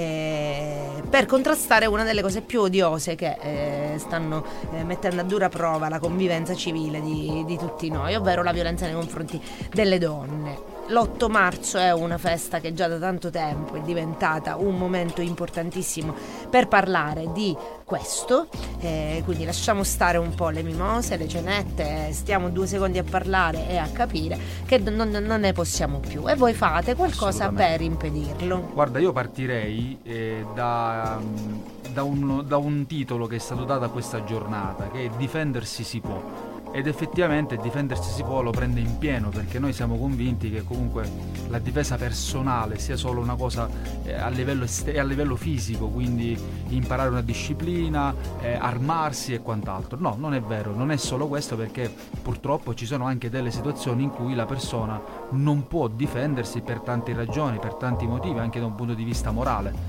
eh, per contrastare una delle cose più odiose che eh, stanno eh, mettendo a dura prova la convivenza civile di, di tutti noi, ovvero la violenza nei confronti delle donne. L'otto marzo è una festa che già da tanto tempo è diventata un momento importantissimo per parlare di questo, eh, quindi lasciamo stare un po' le mimose, le cenette, stiamo due secondi a parlare e a capire che non, non ne possiamo più, e voi fate qualcosa per impedirlo. Guarda, io partirei eh, da, da, un, da un titolo che è stato dato a questa giornata, che è Difendersi si può. Ed effettivamente difendersi si può lo prende in pieno, perché noi siamo convinti che comunque la difesa personale sia solo una cosa eh, a livello est- a livello fisico, quindi imparare una disciplina, eh, armarsi e quant'altro. No, non è vero, non è solo questo, perché purtroppo ci sono anche delle situazioni in cui la persona non può difendersi per tante ragioni, per tanti motivi, anche da un punto di vista morale.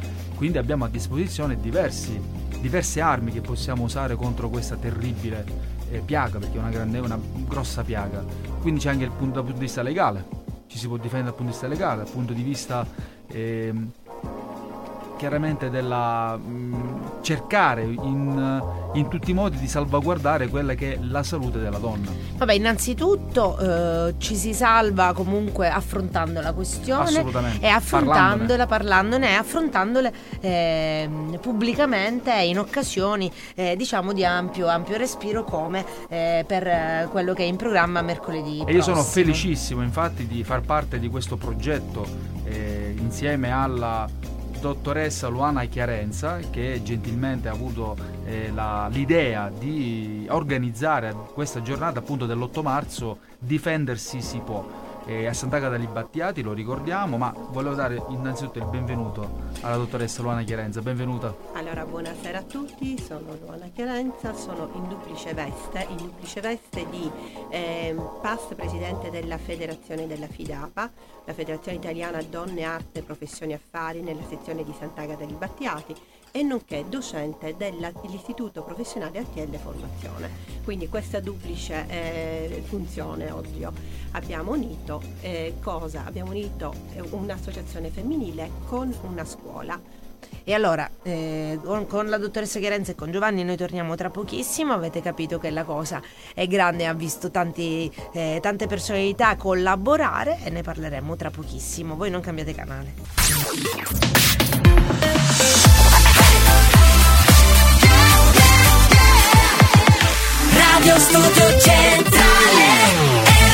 quindi abbiamo a disposizione diversi, diverse armi che possiamo usare contro questa terribile eh, piaga, perché è una grande, una grossa piaga. Quindi c'è anche il punto, dal punto di vista legale, ci si può difendere dal punto di vista legale, dal punto di vista eh, chiaramente della mh, cercare in, in tutti i modi di salvaguardare quella che è la salute della donna. Vabbè, innanzitutto eh, ci si salva comunque affrontando la questione e affrontandola, parlandone, parlandone e affrontandola eh, pubblicamente in occasioni eh, diciamo di ampio, ampio respiro, come eh, per eh, quello che è in programma mercoledì prossimo. E io sono felicissimo infatti di far parte di questo progetto eh, insieme alla dottoressa Luana Chiarenza, che gentilmente ha avuto eh, la, l'idea di organizzare questa giornata appunto dell'otto marzo. Difendersi si può. Eh, a Sant'Agata degli Battiati, lo ricordiamo, ma volevo dare innanzitutto il benvenuto alla dottoressa Luana Chiarenza. Benvenuta. Allora, buonasera a tutti, sono Luana Chiarenza, sono in duplice veste, in duplice veste di eh, past presidente della federazione della FIDAPA, la Federazione Italiana Donne, Arte, Professioni e Affari, nella sezione di Sant'Agata degli Battiati, e nonché docente dell'Istituto Professionale A T L Formazione. Quindi questa duplice eh, funzione oggi abbiamo unito eh, cosa? Abbiamo unito un'associazione femminile con una scuola. E allora eh, con, con la dottoressa Chiarenza e con Giovanni noi torniamo tra pochissimo. Avete capito che la cosa è grande, ha visto tanti, eh, tante personalità collaborare e ne parleremo tra pochissimo. Voi non cambiate canale. Radio Studio Centrale.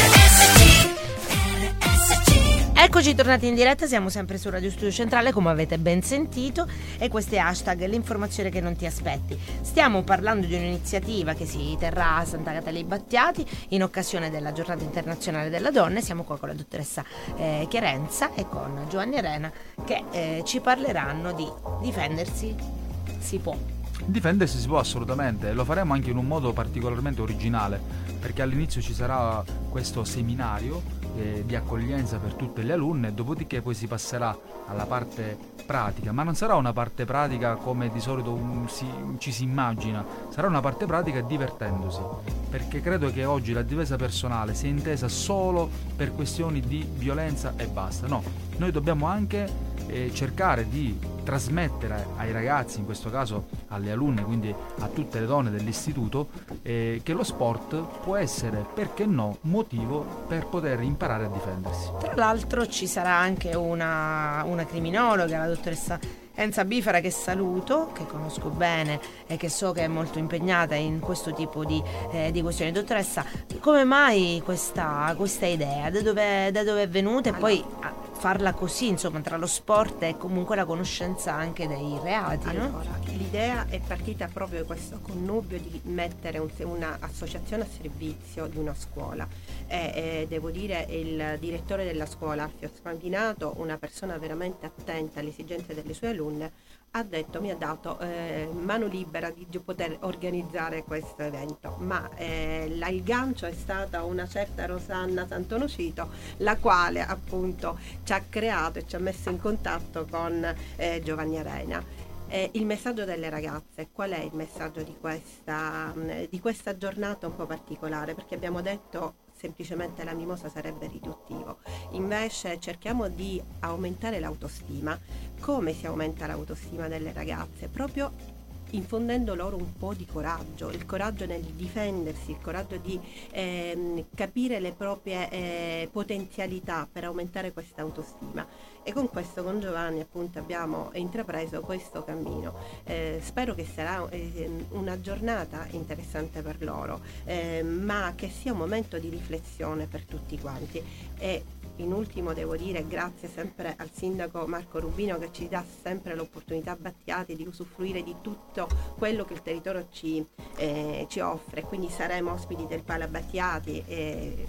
Eccoci tornati in diretta, siamo sempre su Radio Studio Centrale, come avete ben sentito, e questo è hashtag l'informazione che non ti aspetti. Stiamo parlando di un'iniziativa che si terrà a Sant'Agata dei Battiati in occasione della Giornata Internazionale della Donna. Siamo qua con la dottoressa eh, Chiarenza e con Giovanni Arena, che eh, ci parleranno di difendersi si può. Difendersi si può assolutamente, lo faremo anche in un modo particolarmente originale, perché all'inizio ci sarà questo seminario eh, di accoglienza per tutte le alunne, dopodiché poi si passerà alla parte pratica, ma non sarà una parte pratica come di solito um, si, ci si immagina, sarà una parte pratica divertendosi, perché credo che oggi la difesa personale sia intesa solo per questioni di violenza e basta. No, noi dobbiamo anche eh, cercare di trasmettere ai ragazzi, in questo caso alle alunne, quindi a tutte le donne dell'istituto, eh, che lo sport può essere, perché no, motivo per poter imparare a difendersi. Tra l'altro ci sarà anche una, una criminologa, la dottoressa Enza Bifera, che saluto, che conosco bene e che so che è molto impegnata in questo tipo di, eh, di questioni. Dottoressa, come mai questa, questa idea? Da dove, da dove è venuta? E allora, poi farla così, insomma, tra lo sport e comunque la conoscenza anche dei reati, allora, no? L'idea è partita proprio da questo connubio di mettere un, un'associazione a servizio di una scuola. E, e devo dire, il direttore della scuola, Alfio Spanginato, una persona veramente attenta alle esigenze delle sue alunne, ha detto, mi ha dato eh, mano libera di poter organizzare questo evento, ma eh, la, il gancio è stata una certa Rosanna Santonocito, la quale appunto ci ha creato e ci ha messo in contatto con eh, Giovanni Arena. Eh, il messaggio delle ragazze, qual è il messaggio di questa, di questa giornata un po' particolare? Perché abbiamo detto semplicemente la mimosa sarebbe riduttivo, invece cerchiamo di aumentare l'autostima. Come si aumenta l'autostima delle ragazze? Proprio infondendo loro un po' di coraggio, il coraggio nel difendersi, il coraggio di ehm, capire le proprie eh, potenzialità per aumentare questa autostima. E con questo, con Giovanni, appunto, abbiamo intrapreso questo cammino. Eh, spero che sarà eh, una giornata interessante per loro, eh, ma che sia un momento di riflessione per tutti quanti. E in ultimo devo dire grazie sempre al sindaco Marco Rubino, che ci dà sempre l'opportunità a Battiati di usufruire di tutto quello che il territorio ci, eh, ci offre. Quindi saremo ospiti del Pala Battiati, eh,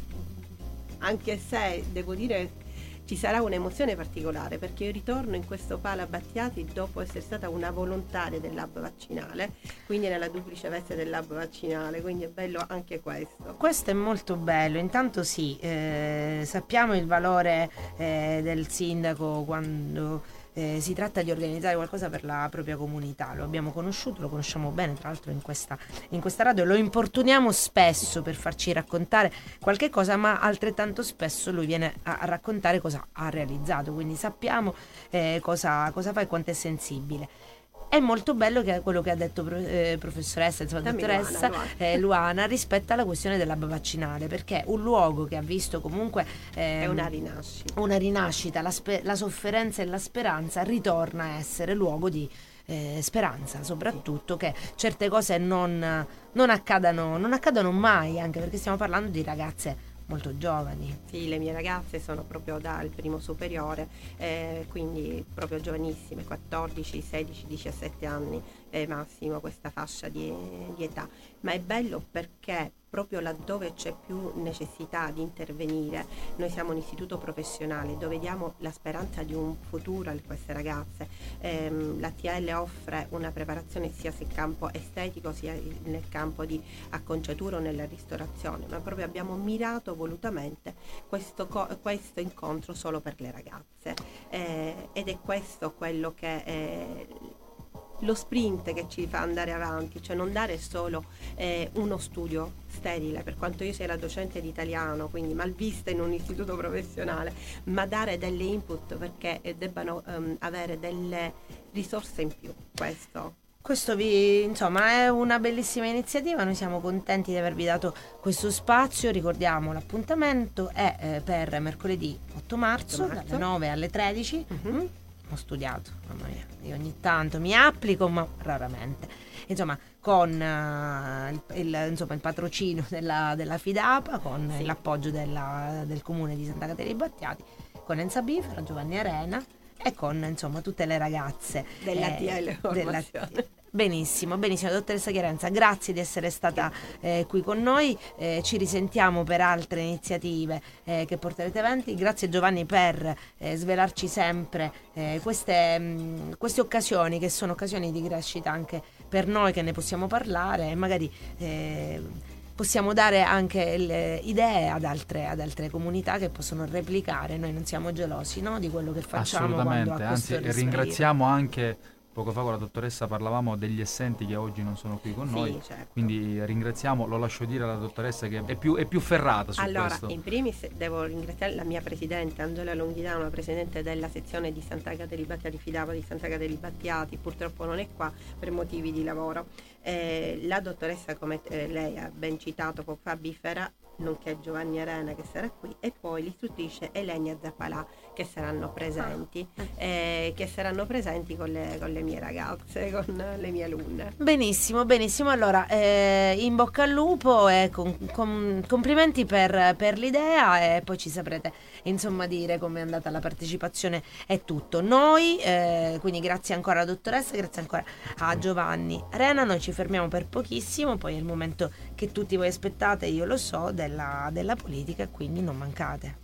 anche se devo dire ci sarà un'emozione particolare, perché io ritorno in questo Pala Battiati dopo essere stata una volontaria del lab vaccinale, quindi nella duplice veste del lab vaccinale, quindi è bello anche questo. Questo è molto bello. Intanto sì, eh, sappiamo il valore eh, del sindaco quando eh, si tratta di organizzare qualcosa per la propria comunità. Lo abbiamo conosciuto, lo conosciamo bene, tra l'altro in questa, in questa radio, lo importuniamo spesso per farci raccontare qualche cosa, ma altrettanto spesso lui viene a, a raccontare cosa ha realizzato, quindi sappiamo eh, cosa, cosa fa e quanto è sensibile. È molto bello che quello che ha detto eh, professoressa, insomma, dottoressa Luana, Luana. Eh, Luana rispetto alla questione dell'hub vaccinale, perché un luogo che ha visto comunque ehm, è una rinascita, una rinascita la, spe- la sofferenza e la speranza ritorna a essere luogo di eh, speranza, soprattutto che certe cose non, non accadano, non accadano mai, anche perché stiamo parlando di ragazze molto giovani. Sì, le mie ragazze sono proprio dal primo superiore, eh, quindi proprio giovanissime, quattordici, sedici, diciassette anni eh, massimo, questa fascia di, di età. Ma è bello perché proprio laddove c'è più necessità di intervenire, noi siamo un istituto professionale dove diamo la speranza di un futuro a queste ragazze. Ehm, l'A T L offre una preparazione sia sul campo estetico sia nel campo di acconciatura o nella ristorazione, ma proprio abbiamo mirato volutamente questo, co- questo incontro solo per le ragazze, eh, ed è questo quello che è lo sprint che ci fa andare avanti, cioè non dare solo eh, uno studio sterile, per quanto io sia la docente di italiano, quindi malvista in un istituto professionale, ma dare delle input perché eh, debbano um, avere delle risorse in più. Questo Questo vi, insomma, è una bellissima iniziativa, noi siamo contenti di avervi dato questo spazio. Ricordiamo l'appuntamento è eh, per mercoledì otto marzo, otto marzo dalle nove alle tredici. Mm-hmm. Ho studiato, mamma mia, io ogni tanto mi applico, ma raramente. Insomma, con uh, il, il, insomma, il patrocinio della, della FIDAPA, con sì. l'appoggio della, del comune di Santa Caterina dei Battiati, con Enza Bifera, Giovanni Arena e con, insomma, tutte le ragazze della eh, T L della Benissimo, benissimo, dottoressa Chiarenza, grazie di essere stata eh, qui con noi, eh, ci risentiamo per altre iniziative eh, che porterete avanti. Grazie Giovanni per eh, svelarci sempre eh, queste, mh, queste occasioni, che sono occasioni di crescita anche per noi, che ne possiamo parlare e magari eh, possiamo dare anche le idee ad altre, ad altre comunità che possono replicare. Noi non siamo gelosi, no, di quello che facciamo. Assolutamente, anzi ringraziamo anche. Poco fa con la dottoressa parlavamo degli assenti che oggi non sono qui con sì, noi, certo. Quindi ringraziamo, lo lascio dire alla dottoressa che è più, è più ferrata su allora, questo. Allora, in primis devo ringraziare la mia presidente Angela Longhidano, presidente della sezione di Santa Caterina Battiati, Fidava di Santa Caterina Battiati, purtroppo non è qua per motivi di lavoro. Eh, la dottoressa, come eh, lei ha ben citato poco fa, Bifera, nonché Giovanni Arena che sarà qui, e poi l'istruttrice Elenia Zappalà che saranno presenti, eh, che saranno presenti con le, con le mie ragazze, con le mie alunne. Benissimo, benissimo. Allora, eh, in bocca al lupo e con, con, complimenti per, per l'idea, e poi ci saprete insomma dire come è andata la partecipazione e tutto. Noi, eh, quindi grazie ancora alla dottoressa, grazie ancora a Giovanni Arena, noi ci fermiamo per pochissimo, poi è il momento che tutti voi aspettate, io lo so, della, della politica, quindi non mancate.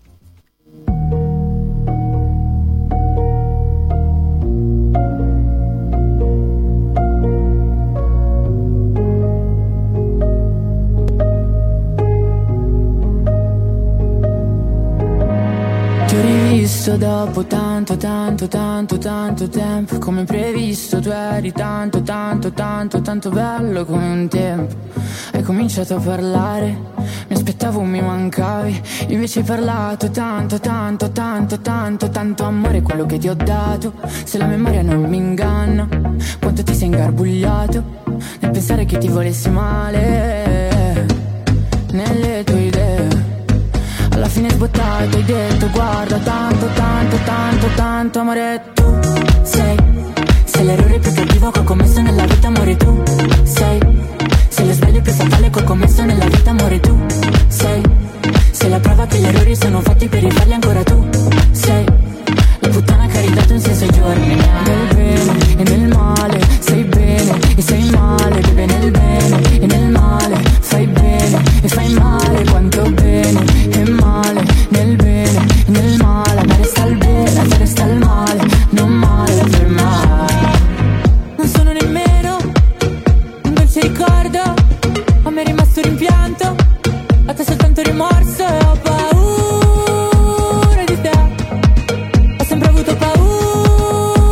Dopo tanto, tanto, tanto, tanto tempo, come previsto tu eri tanto, tanto, tanto, tanto bello come un tempo. Hai cominciato a parlare, mi aspettavo mi mancavi, invece hai parlato tanto, tanto, tanto, tanto, tanto amore quello che ti ho dato. Se la memoria non mi inganna, quanto ti sei ingarbugliato nel pensare che ti volessi male nelle tue idee. Alla fine sbottato hai detto guarda tanto, tanto, tanto, tanto amore tu sei, sei l'errore più cattivo che ho commesso nella vita amore tu sei, sei lo sbaglio più fatale che ho commesso nella vita amore tu sei, sei la prova che gli errori sono fatti per rifarli ancora tu sei, la puttana che ha ridato un senso ai giorni. Nel bene e nel male sei bene e sei male, bebe nel bene e nel male fai bene e fai male, quanto bene e male, nel bene e nel male, ma resta il bene, a te resta il male, non male per mai. Non sono nemmeno un dolce ricordo, a me è rimasto rimpianto, a te soltanto rimorso e ho paura di te, ho sempre avuto paura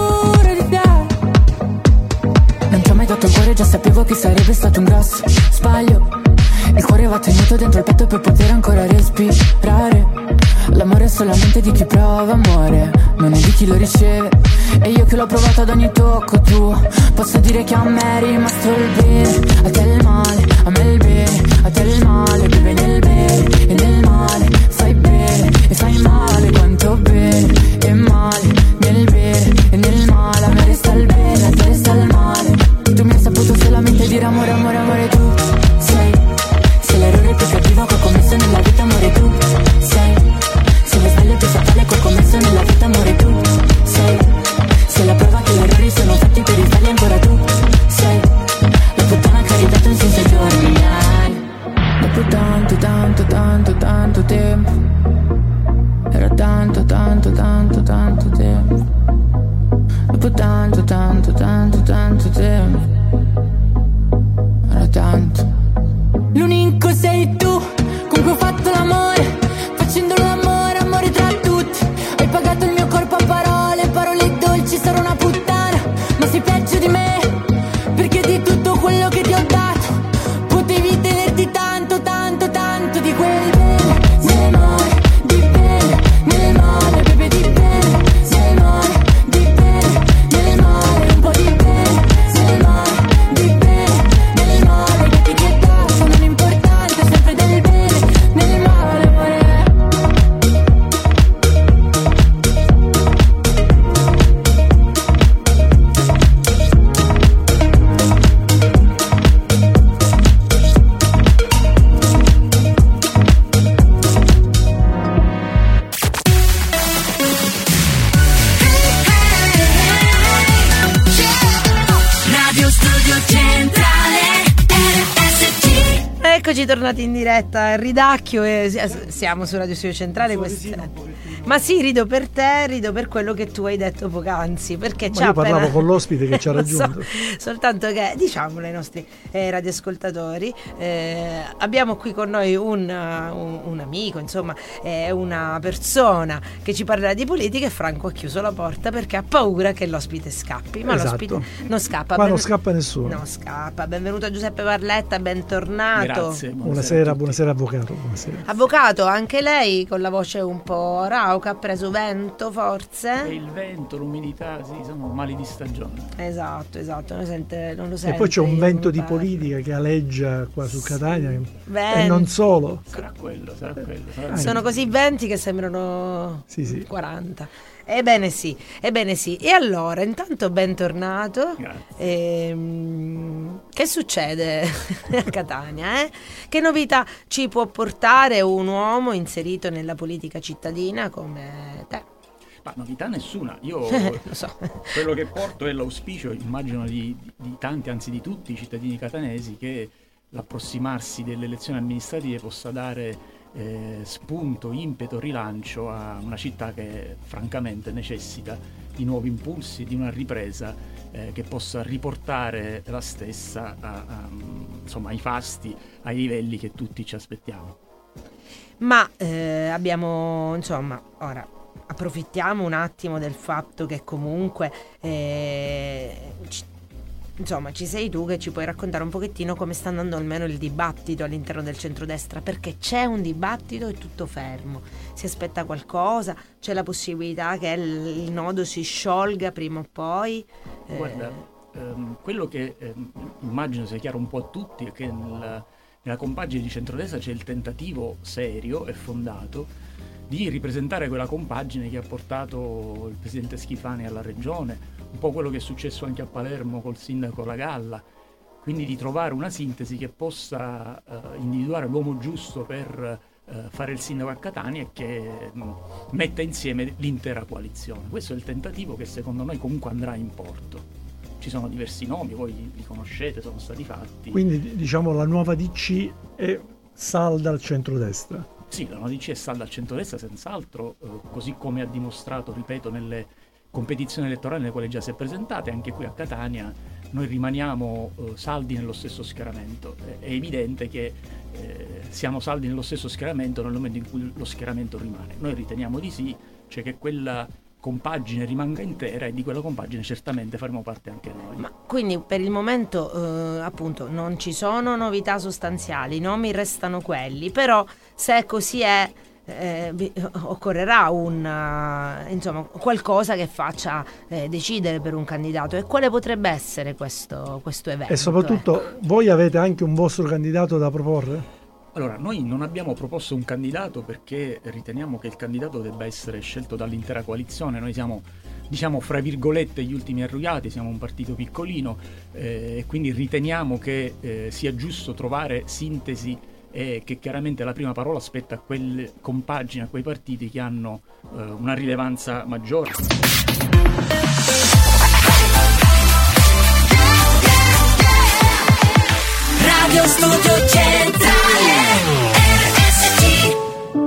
sarebbe stato un grosso sbaglio. Il cuore va tenuto dentro il petto per poter ancora respirare. L'amore è solamente di chi prova amore, non è di chi lo riceve. E io che l'ho provato ad ogni tocco tu, posso dire che a me è rimasto il bene. A te il male, a me il bene. A te il male, vive nel bene e nel male. Fai bene e fai male, quanto bene e male. Nel bene e nel male, a me resta il bene, a te resta il male. Tu mi hai saputo solamente dire amore, amore, amore. Tu sei, sei l'errore più cattivo che ho commesso nella vita, amore. Tu sei, sei lo sbaglio più fatale che ho commesso nella vita, amore. Tu sei, sei la prova che gli errori sono fatti per rifarli ancora. Tu sei la puttana che ha ridato in senso ai giorni. Dopo tanto, tanto, tanto, tanto tempo, era tanto, tanto, tanto, tanto tempo. Dopo tanto, tanto, tanto, tanto tempo, era tanto. L'unico sei tu con cui ho fatto l'amore, facendo l'amore, amore tra tutti. Hai pagato il mio corpo a parole, parole dolci, sarò una puttana, ma sei peggio di me, perché di tutto quello che ti ho dato potevi tenerti tanto, tanto, tanto di quel bene, nel male, di bene, nel male, bebe di bene, nel male, di bene, nel male, un po' di bene, nel male, di bene, nel male, vedi che dato non è importante, sempre del bene, nel male, amore. Radio Studio Centrale R S C. Eccoci tornati in diretta, ridacchio e siamo su Radio Studio Centrale questa... Ma sì, rido per te, rido per quello che tu hai detto poc'anzi, perché Ma c'ha io parlavo appena... con l'ospite che ci ha Lo so, raggiunto. soltanto che, diciamolo ai nostri eh, radioascoltatori, eh, abbiamo qui con noi un, uh, un, un amico, insomma, eh, una persona che ci parlerà di politica, e Franco ha chiuso la porta perché ha paura che l'ospite scappi, ma Esatto. l'ospite non scappa. Qua non Ben- scappa nessuno. Non scappa. Benvenuto a Giuseppe Barletta, bentornato. Grazie. Buonasera, buonasera avvocato, buonasera. Avvocato, anche lei con la voce un po' rauca, ha preso vento E forse? il vento, l'umidità, sì, sono mali di stagione. Esatto, esatto, non, sente, non lo E sente. poi c'è un io vento mi di parlo. politica che aleggia qua su Catania e Vento. non solo. Sarà quello, sarà quello. Sarà Sono quello. così venti che sembrano Sì, sì. quaranta. Ebbene sì, ebbene sì. E allora, intanto bentornato. Grazie. Ehm, che succede a Catania? Eh? Che novità ci può portare un uomo inserito nella politica cittadina come te? Ma novità nessuna. Io Lo so. quello che porto è l'auspicio, immagino di, di tanti, anzi di tutti i cittadini catanesi, che l'approssimarsi delle elezioni amministrative possa dare eh, spunto, impeto, rilancio a una città che francamente necessita di nuovi impulsi, di una ripresa eh, che possa riportare la stessa a, a, insomma, ai fasti, ai livelli che tutti ci aspettiamo. Ma eh, abbiamo, insomma, ora approfittiamo un attimo del fatto che comunque eh, ci, insomma ci sei tu che ci puoi raccontare un pochettino come sta andando almeno il dibattito all'interno del centrodestra, perché c'è un dibattito e tutto fermo, si aspetta qualcosa, c'è la possibilità che il, il nodo si sciolga prima o poi. eh, Guarda, ehm, quello che ehm, immagino sia chiaro un po' a tutti è che nella, nella compagine di centrodestra c'è il tentativo serio e fondato di ripresentare quella compagine che ha portato il presidente Schifani alla regione, un po' quello che è successo anche a Palermo col sindaco La Galla, quindi di trovare una sintesi che possa eh, individuare l'uomo giusto per eh, fare il sindaco a Catania e che mh, metta insieme l'intera coalizione. Questo è il tentativo che secondo noi comunque andrà in porto. Ci sono diversi nomi, voi li conoscete, sono stati fatti. Quindi diciamo la nuova D C è salda al centrodestra. Sì, la nuova D C è salda al centrodestra senz'altro, eh, così come ha dimostrato, ripeto, nelle competizioni elettorali nelle quali già si è presentate. Anche qui a Catania noi rimaniamo eh, saldi nello stesso schieramento. È evidente che eh, siamo saldi nello stesso schieramento nel momento in cui lo schieramento rimane. Noi riteniamo di sì, cioè che quella compagine rimanga intera, e di quella compagine certamente faremo parte anche noi. Ma quindi per il momento eh, appunto non ci sono novità sostanziali, i nomi restano quelli, però se così è eh, vi, occorrerà un uh, insomma qualcosa che faccia eh, decidere per un candidato. E quale potrebbe essere questo, questo evento? E soprattutto ecco. Voi avete anche un vostro candidato da proporre? Allora, noi non abbiamo proposto un candidato perché riteniamo che il candidato debba essere scelto dall'intera coalizione. Noi siamo, diciamo, fra virgolette, gli ultimi arrugati, siamo un partito piccolino eh, e quindi riteniamo che eh, sia giusto trovare sintesi, e che chiaramente la prima parola spetta a quelle compagini, a quei partiti che hanno eh, una rilevanza maggiore. Radio Studio Centrale R S C.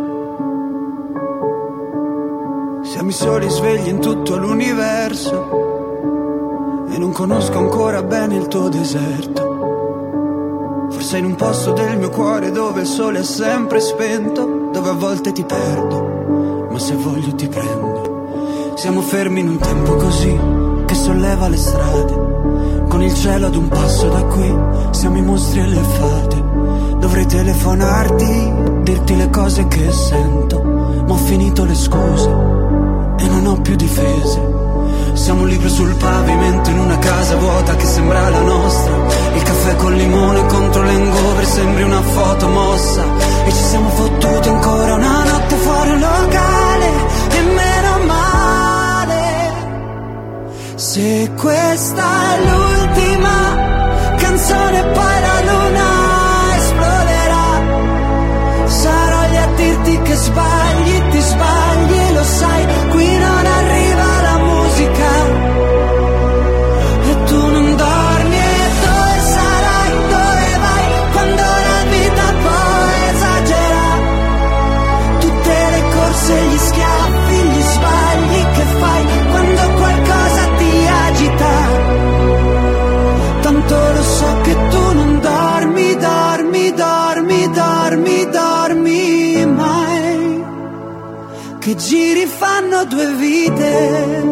Siamo i soli svegli in tutto l'universo e non conosco ancora bene il tuo deserto. Forse in un posto del mio cuore dove il sole è sempre spento, dove a volte ti perdo, ma se voglio ti prendo. Siamo fermi in un tempo così che solleva le strade, con il cielo ad un passo da qui, siamo i mostri e le fate. Dovrei telefonarti, dirti le cose che sento, ma ho finito le scuse e non ho più difese. Siamo un libro sul pavimento in una casa vuota che sembra la nostra. Il caffè col limone contro l'hangover sembri una foto mossa. E ci siamo fottuti ancora una notte fuori un locale, e meno male. Se questa è l'ultima canzone poi la luna esploderà, sarò lì a dirti che sbagli, ti sbagli, lo sai, qui non arriva la musica e tu non dormi. E dove sarai, dove vai, quando la vita poi esagera, tutte le corse, gli schiaffi, gli sbagli che fai quando qualcosa ti agita. Tanto lo so che tu non dormi, dormi, dormi, dormi, dormi mai, che giri fanno due vite.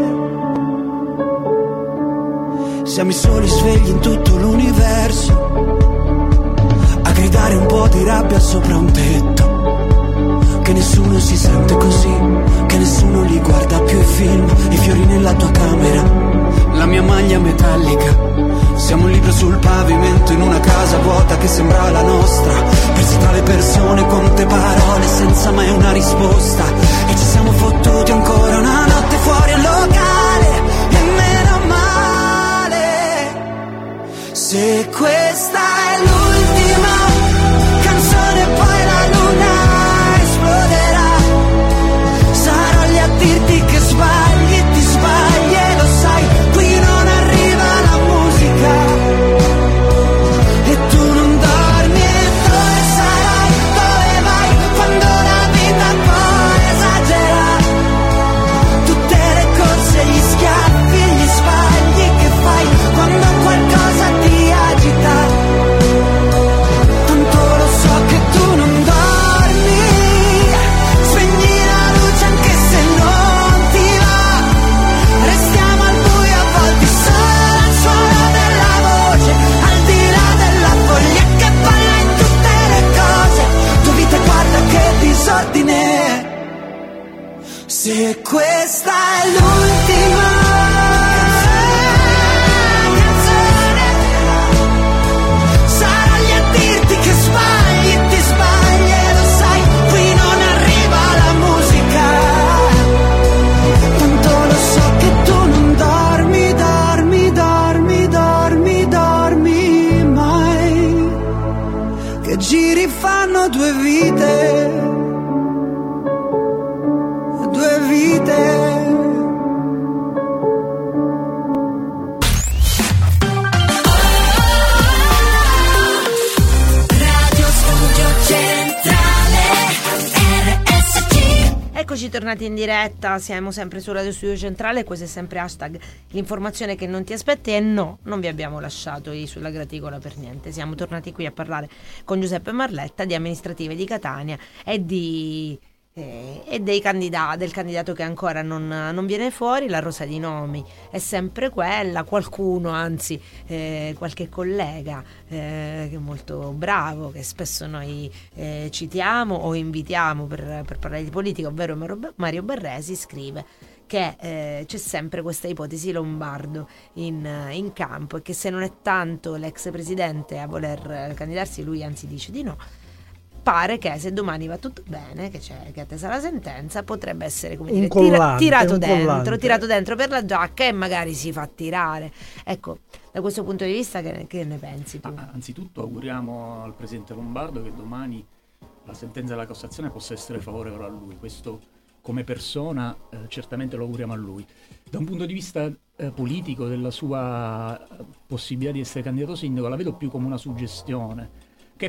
Siamo i soli svegli in tutto l'universo, a gridare un po' di rabbia sopra un tetto, che nessuno si sente così, che nessuno li guarda più i film, i fiori nella tua camera, la mia maglia metallica. Siamo un libro sul pavimento in una casa vuota che sembra la nostra, persi tra le persone, quante parole senza mai una risposta. E ci siamo fottuti ancora una notte fuori al locale, e meno male. Se questa è l'ultima canzone poi la luna esploderà, sarò lì a dirti che sbagli, ti sbagli e lo sai, qui non arriva la musica e tu non dormi. E dove sarai, dove vai, quando la vita poi esagera, tutte le corse, gli schiaffi, gli sbagli che fai quando qualcosa ti agita. Tanto lo so che tu non dormi, spegni la luce anche se non ti va, restiamo al buio a volte solo al suono della voce, al di là della foglia che balla in tutte le cose. Tua vita guarda che disordine, se questa è l'ultima canzone, sarò lì a dirti che sbagli, ti sbagli e lo sai, qui non arriva la musica. Tanto lo so che tu non dormi, dormi, dormi, dormi, dormi mai, che giri fanno due vite, due vite. Radio Studio Centrale R S C. Eccoci tornati in diretta, siamo sempre su Radio Studio Centrale, questo è sempre hashtag l'informazione che non ti aspetti. E no, non vi abbiamo lasciato sulla graticola per niente, siamo tornati qui a parlare con Giuseppe Marletta di Amministrative di Catania e di eh, e dei candidati, del candidato che ancora non, non viene fuori. La rosa di nomi è sempre quella, qualcuno, anzi eh, qualche collega eh, che è molto bravo, che spesso noi eh, citiamo o invitiamo per, per parlare di politica, ovvero Mario Barresi, scrive che eh, c'è sempre questa ipotesi Lombardo in, in campo, e che se non è tanto l'ex presidente a voler candidarsi, lui anzi dice di no, pare che se domani va tutto bene, che c'è che è attesa la sentenza, potrebbe essere come un dire, collante, tira, tirato un dentro collante. tirato dentro per la giacca, e magari si fa tirare. Ecco, da questo punto di vista che, che ne pensi tu? Ah, anzitutto auguriamo al presidente Lombardo che domani la sentenza della Cassazione possa essere favorevole a lui. Questo come persona eh, certamente lo auguriamo a lui. Da un punto di vista eh, politico, della sua possibilità di essere candidato sindaco, la vedo più come una suggestione, che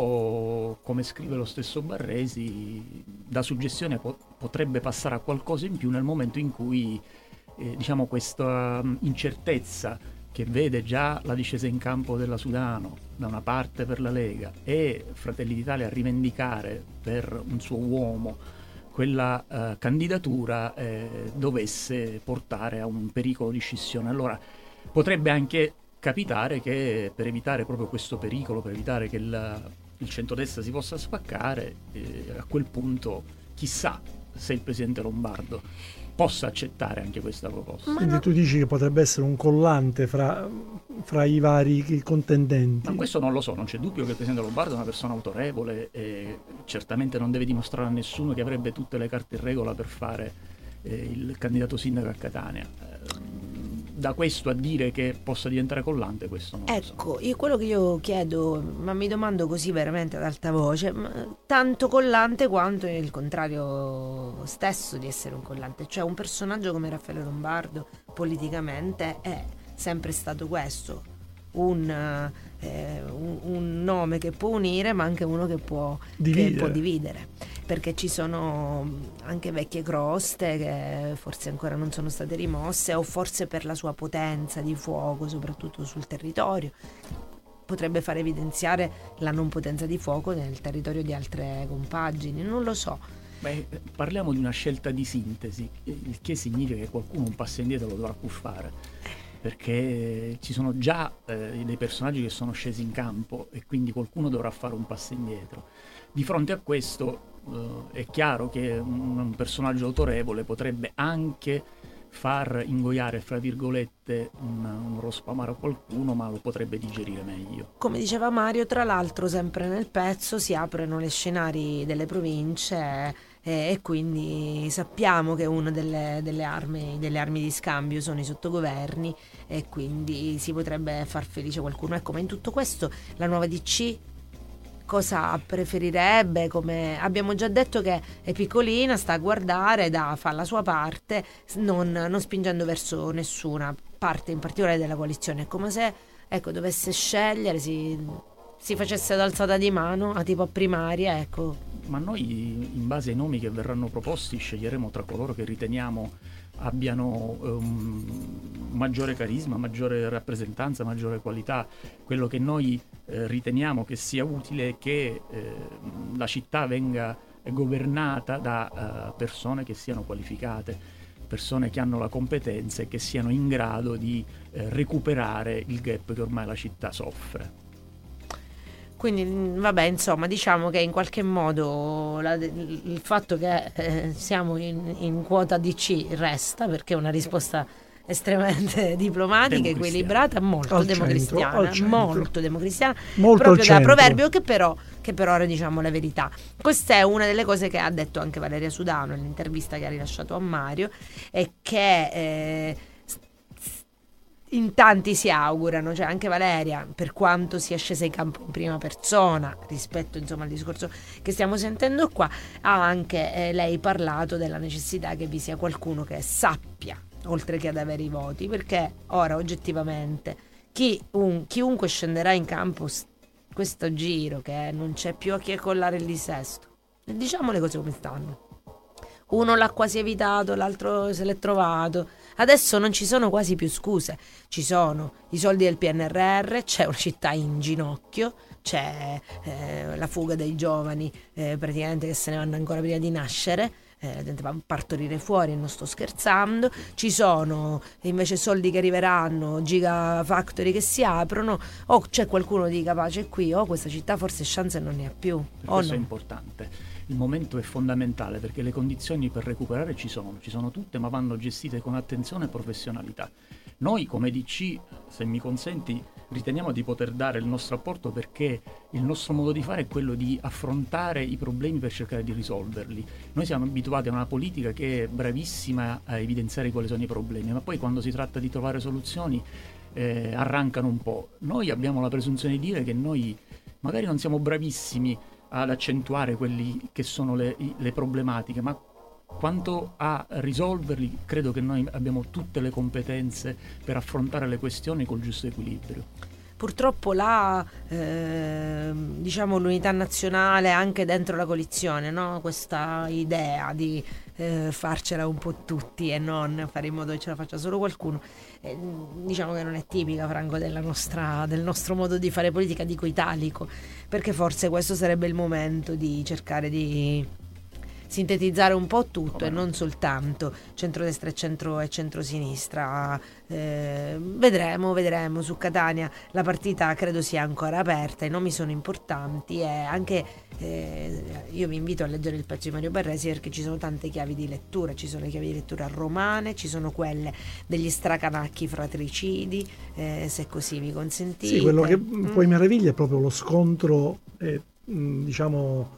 però, come scrive lo stesso Barresi, da suggestione po- potrebbe passare a qualcosa in più nel momento in cui eh, diciamo questa um, incertezza che vede già la discesa in campo della Sudano da una parte per la Lega e Fratelli d'Italia a rivendicare per un suo uomo quella uh, candidatura eh, dovesse portare a un pericolo di scissione. Allora potrebbe anche capitare che, per evitare proprio questo pericolo, per evitare che il, il centrodestra si possa spaccare, eh, a quel punto chissà se il presidente Lombardo possa accettare anche questa proposta. Quindi tu dici che potrebbe essere un collante fra, fra i vari contendenti? Ma questo non lo so, non c'è dubbio che il presidente Lombardo è una persona autorevole e certamente non deve dimostrare a nessuno che avrebbe tutte le carte in regola per fare eh, il candidato sindaco a Catania. Eh, da questo a dire che possa diventare collante, questo non lo so. Ecco, io quello che io chiedo, ma mi domando così veramente ad alta voce, ma tanto collante quanto il contrario stesso di essere un collante, cioè un personaggio come Raffaele Lombardo politicamente è sempre stato questo, un, eh, un, un nome che può unire, ma anche uno che può dividere. Che può dividere, perché ci sono anche vecchie croste che forse ancora non sono state rimosse, o forse per la sua potenza di fuoco, soprattutto sul territorio, potrebbe far evidenziare la non potenza di fuoco nel territorio di altre compagini, non lo so. Beh, parliamo di una scelta di sintesi, il che significa che qualcuno un passo indietro lo dovrà pur fare, perché ci sono già eh, dei personaggi che sono scesi in campo e quindi qualcuno dovrà fare un passo indietro. Di fronte a questo eh, è chiaro che un, un personaggio autorevole potrebbe anche far ingoiare, fra virgolette, un, un rospo amaro a qualcuno, ma lo potrebbe digerire meglio. Come diceva Mario, tra l'altro sempre nel pezzo si aprono le scenari delle province e, e quindi sappiamo che una delle, delle, armi, delle armi di scambio sono i sottogoverni, e quindi si potrebbe far felice qualcuno. Ecco, ma in tutto questo la nuova D C cosa preferirebbe? Come abbiamo già detto che è piccolina, sta a guardare, da, fa la sua parte, non, non spingendo verso nessuna parte in particolare della coalizione. È come se, ecco, dovesse scegliere, si, si facesse d'alzata di mano, a tipo a primaria, ecco. Ma noi, in base ai nomi che verranno proposti, sceglieremo tra coloro che riteniamo abbiano um, maggiore carisma, maggiore rappresentanza, maggiore qualità. Quello che noi eh, riteniamo che sia utile è che eh, la città venga governata da uh, persone che siano qualificate, persone che hanno la competenza e che siano in grado di eh, recuperare il gap che ormai la città soffre. Quindi vabbè, insomma, diciamo che in qualche modo la, il fatto che eh, siamo in, in quota D C resta, perché è una risposta estremamente diplomatica, equilibrata, molto al democristiana, centro, molto democristiana, molto proprio da centro. proverbio, che però, che però è, diciamo, la verità. Questa è una delle cose che ha detto anche Valeria Sudano nell'intervista che ha rilasciato a Mario, e che eh, in tanti si augurano, cioè anche Valeria, per quanto sia scesa in campo in prima persona rispetto, insomma, al discorso che stiamo sentendo qua, ha anche eh, lei parlato della necessità che vi sia qualcuno che sappia, oltre che ad avere i voti, perché ora oggettivamente chi, un, chiunque scenderà in campo st- questo giro, che non c'è più a chi accollare il dissesto, diciamo le cose come stanno. Uno l'ha quasi evitato, l'altro se l'è trovato. Adesso non ci sono quasi più scuse, ci sono i soldi del P N R R, c'è una città in ginocchio, c'è eh, la fuga dei giovani eh, praticamente che se ne vanno ancora prima di nascere, eh, la gente va a partorire fuori e non sto scherzando, ci sono invece soldi che arriveranno, gigafactory che si aprono, o c'è qualcuno di capace qui, o questa città forse chance non ne ha più. Per o questo no? è importante. Il momento è fondamentale perché le condizioni per recuperare ci sono, ci sono tutte, ma vanno gestite con attenzione e professionalità. Noi come D C, se mi consenti, riteniamo di poter dare il nostro apporto perché il nostro modo di fare è quello di affrontare i problemi per cercare di risolverli. Noi siamo abituati a una politica che è bravissima a evidenziare quali sono i problemi, ma poi quando si tratta di trovare soluzioni eh, arrancano un po'. Noi abbiamo la presunzione di dire che noi magari non siamo bravissimi ad accentuare quelli che sono le, le problematiche, ma quanto a risolverli credo che noi abbiamo tutte le competenze per affrontare le questioni col giusto equilibrio. Purtroppo la eh, diciamo l'unità nazionale anche dentro la coalizione, no? Questa idea di eh, farcela un po' tutti e non fare in modo che ce la faccia solo qualcuno, eh, diciamo che non è tipica, Franco, della nostra, del nostro modo di fare politica, dico italico, perché forse questo sarebbe il momento di cercare di sintetizzare un po' tutto. Come e no? Non soltanto centrodestra e centro e centrosinistra. Eh, vedremo, vedremo su Catania la partita credo sia ancora aperta, i nomi sono importanti e anche eh, io vi invito a leggere il pezzo di Mario Barresi perché ci sono tante chiavi di lettura, ci sono le chiavi di lettura romane, ci sono quelle degli stracanacchi fratricidi, eh, se così mi consentite. Sì, quello che mm. poi meraviglia è proprio lo scontro eh, diciamo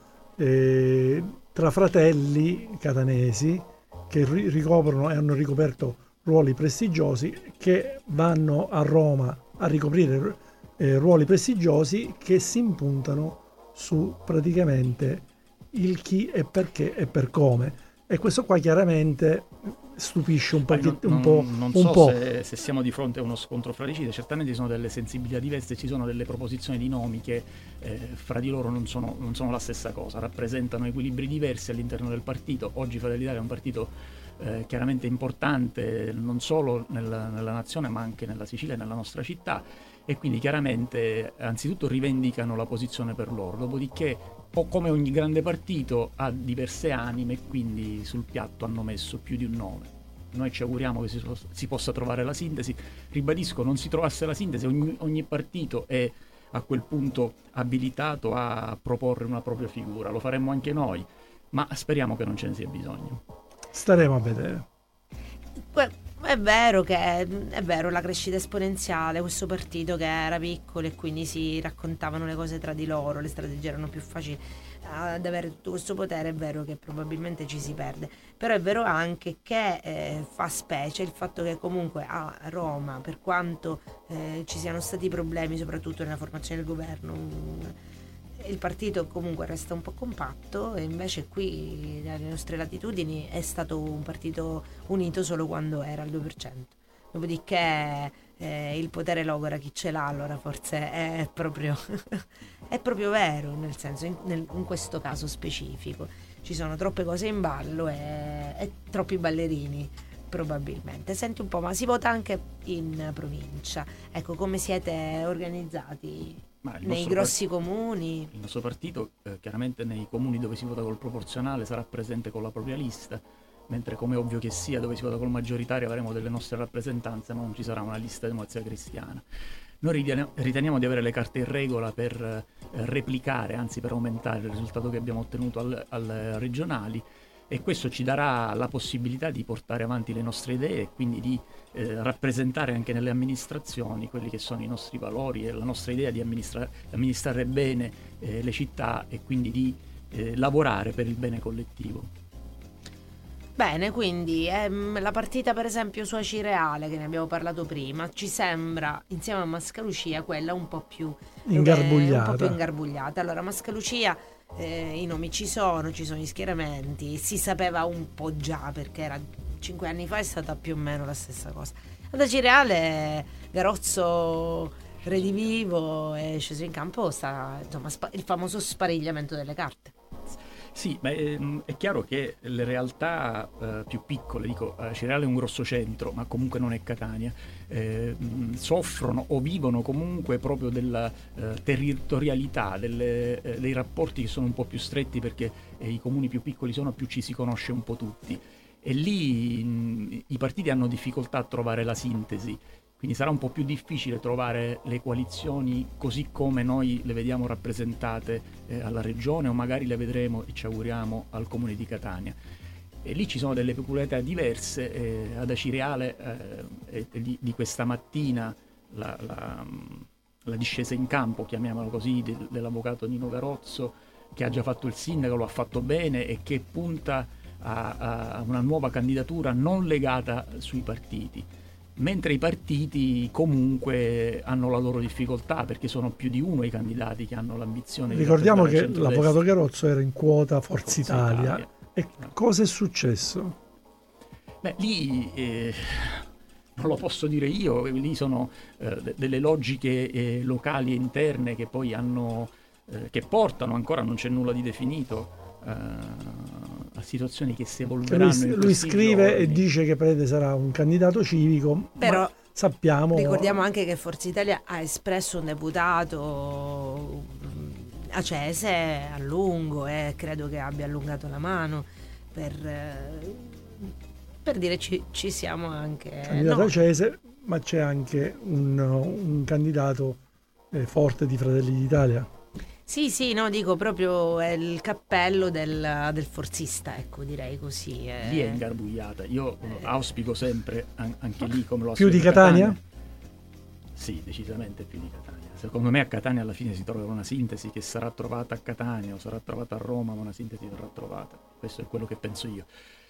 eh, tra fratelli catanesi che ri- ricoprono e hanno ricoperto ruoli prestigiosi, che vanno a Roma a ricoprire eh, ruoli prestigiosi che si impuntano su praticamente il chi e perché e per come. E questo qua chiaramente stupisce un, non, un non, po'. Non un so po'. Se, se siamo di fronte a uno scontro fratricida, certamente ci sono delle sensibilità diverse, ci sono delle proposizioni di nomi che eh, fra di loro non sono, non sono la stessa cosa, rappresentano equilibri diversi all'interno del partito. Oggi Fratelli d'Italia è un partito eh, chiaramente importante non solo nella, nella nazione ma anche nella Sicilia e nella nostra città, e quindi chiaramente anzitutto rivendicano la posizione per loro, dopodiché come ogni grande partito ha diverse anime e quindi sul piatto hanno messo più di un nome. Noi ci auguriamo che si, si possa trovare la sintesi. Ribadisco, non si trovasse la sintesi, ogni, ogni partito è a quel punto abilitato a proporre una propria figura, lo faremmo anche noi, ma speriamo che non ce ne sia bisogno. Staremo a vedere. È vero che è vero la crescita esponenziale, questo partito che era piccolo e quindi si raccontavano le cose tra di loro, le strategie erano più facili ad avere tutto questo potere, è vero che probabilmente ci si perde, però è vero anche che eh, fa specie il fatto che comunque a Roma, per quanto eh, ci siano stati problemi soprattutto nella formazione del governo, un, il partito comunque resta un po' compatto, e invece qui dalle nostre latitudini è stato un partito unito solo quando era al due per cento. Dopodiché eh, il potere logora chi ce l'ha, allora forse è proprio è proprio vero, nel senso in, nel, in questo caso specifico ci sono troppe cose in ballo e, e troppi ballerini probabilmente. Senti un po', ma si vota anche in provincia, ecco, come siete organizzati? Ma nei grossi part- comuni? Il nostro partito eh, chiaramente nei comuni dove si vota col proporzionale sarà presente con la propria lista, mentre come ovvio che sia dove si vota col maggioritario avremo delle nostre rappresentanze, ma non ci sarà una lista di Democrazia Cristiana. Noi riteniamo, riteniamo di avere le carte in regola per eh, replicare, anzi per aumentare il risultato che abbiamo ottenuto al, al regionali, e questo ci darà la possibilità di portare avanti le nostre idee e quindi di eh, rappresentare anche nelle amministrazioni quelli che sono i nostri valori e la nostra idea di amministra- amministrare bene eh, le città e quindi di eh, lavorare per il bene collettivo. Bene, quindi ehm, la partita per esempio su Acireale, che ne abbiamo parlato prima, ci sembra insieme a Mascalucia quella un po' più ingarbugliata. Eh, un po' più ingarbugliata. Allora Mascalucia, eh, i nomi ci sono, ci sono gli schieramenti, si sapeva un po' già perché era cinque anni fa, è stata più o meno la stessa cosa. Ad Acireale Garozzo redivivo e sceso in campo sta, insomma, spa- il famoso sparigliamento delle carte. Sì, ma è, è chiaro che le realtà eh, più piccole, dico, eh, Cireale è un grosso centro, ma comunque non è Catania, eh, mh, soffrono o vivono comunque proprio della eh, territorialità, delle, eh, dei rapporti che sono un po' più stretti, perché eh, i comuni più piccoli sono, più ci si conosce un po' tutti. E lì mh, i partiti hanno difficoltà a trovare la sintesi. Quindi sarà un po' più difficile trovare le coalizioni così come noi le vediamo rappresentate eh, alla regione, o magari le vedremo, e ci auguriamo, al comune di Catania. E lì ci sono delle peculiarità diverse. Eh, ad Acireale eh, di, di questa mattina la, la, la discesa in campo, chiamiamola così, del, dell'avvocato Nino Garozzo, che ha già fatto il sindaco, lo ha fatto bene e che punta a, a una nuova candidatura non legata sui partiti. Mentre i partiti comunque hanno la loro difficoltà, perché sono più di uno i candidati che hanno l'ambizione. Ricordiamo di che l'avvocato Garozzo era in quota Forza, Forza Italia. Italia. E cosa è successo? Beh, lì eh, non lo posso dire io, lì sono eh, d- delle logiche eh, locali e interne che poi hanno, eh, che portano, ancora non c'è nulla di definito, a situazioni che si evolveranno. Lui, lui scrive giorni. E dice che Prede sarà un candidato civico, però sappiamo. Ricordiamo anche che Forza Italia ha espresso un deputato Acese a lungo e credo che abbia allungato la mano per, per dire ci, ci siamo anche. Candidato no. Acese, ma c'è anche un, un candidato eh, forte di Fratelli d'Italia. Sì, sì, no, dico proprio è il cappello del, del forzista, ecco, direi così. È... Lì è ingarbugliata. Io eh... auspico sempre, an- anche lì come lo più di Catania? Catania? Sì, decisamente più di Catania. Secondo me a Catania alla fine si troverà una sintesi che sarà trovata a Catania o sarà trovata a Roma, ma una sintesi verrà trovata. Questo è quello che penso io.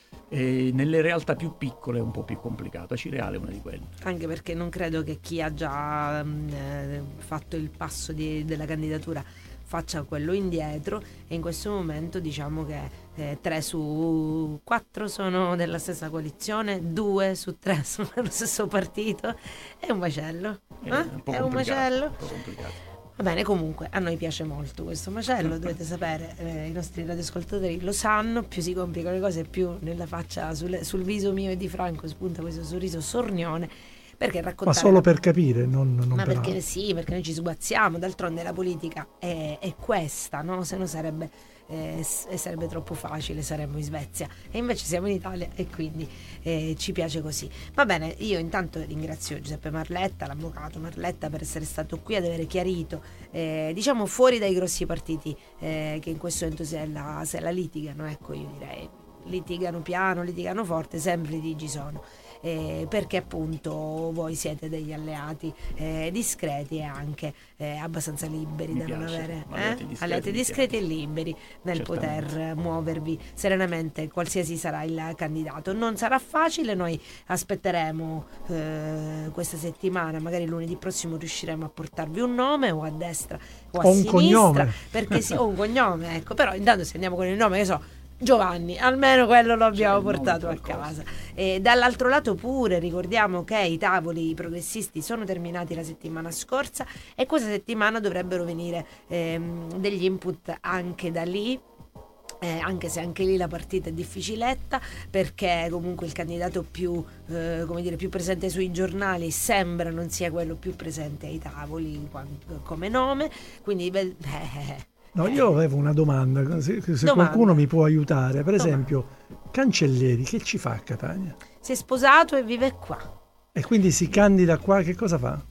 E nelle realtà più piccole è un po' più complicato. Acireale è una di quelle. Anche perché non credo che chi ha già mh, fatto il passo di, della candidatura faccia quello indietro, e in questo momento diciamo che eh, tre su quattro sono della stessa coalizione, due su tre sono dello stesso partito. È un macello, eh? È un, po È un macello. Un po' complicato. Va bene, comunque a noi piace molto questo macello, dovete sapere, eh, i nostri radioascoltatori lo sanno, più si complicano le cose più nella faccia, sul, sul viso mio e di Franco spunta questo sorriso sornione. Perché raccontare ma solo la... per capire, non, non ma per perché altro. Sì, perché noi ci sguazziamo, d'altronde la politica è, è questa, no? Se no sarebbe, eh, sarebbe troppo facile, saremmo in Svezia, e invece siamo in Italia e quindi eh, ci piace così. Va bene, io intanto ringrazio Giuseppe Marletta, l'avvocato Marletta, per essere stato qui ad avere chiarito, eh, diciamo fuori dai grossi partiti eh, che in questo momento se la, se la litigano, ecco, io direi litigano piano, litigano forte, sempre litigi sono. Eh, perché appunto voi siete degli alleati eh, discreti e anche eh, abbastanza liberi Mi da piace, non avere eh? alleati discreti, alleati discreti e liberi nel Certamente. poter muovervi serenamente qualsiasi sarà il candidato. Non sarà facile, noi aspetteremo eh, questa settimana, magari lunedì prossimo riusciremo a portarvi un nome o a destra o a o un sinistra, cognome perché sì, o un cognome, ecco, però intanto se andiamo con il nome, che so, Giovanni, almeno quello lo abbiamo Cioè, portato a casa. E dall'altro lato pure ricordiamo che i tavoli progressisti sono terminati la settimana scorsa e questa settimana dovrebbero venire ehm, degli input anche da lì. Eh, anche se anche lì la partita è difficiletta, perché comunque il candidato più, eh, come dire, più presente sui giornali sembra non sia quello più presente ai tavoli come nome, quindi beh, eh, No, io avevo una domanda, se, se domanda. qualcuno mi può aiutare. Per Domanda. esempio, Cancellieri, che ci fa a Catania? Si è sposato e vive qua. E quindi si candida qua, che cosa fa?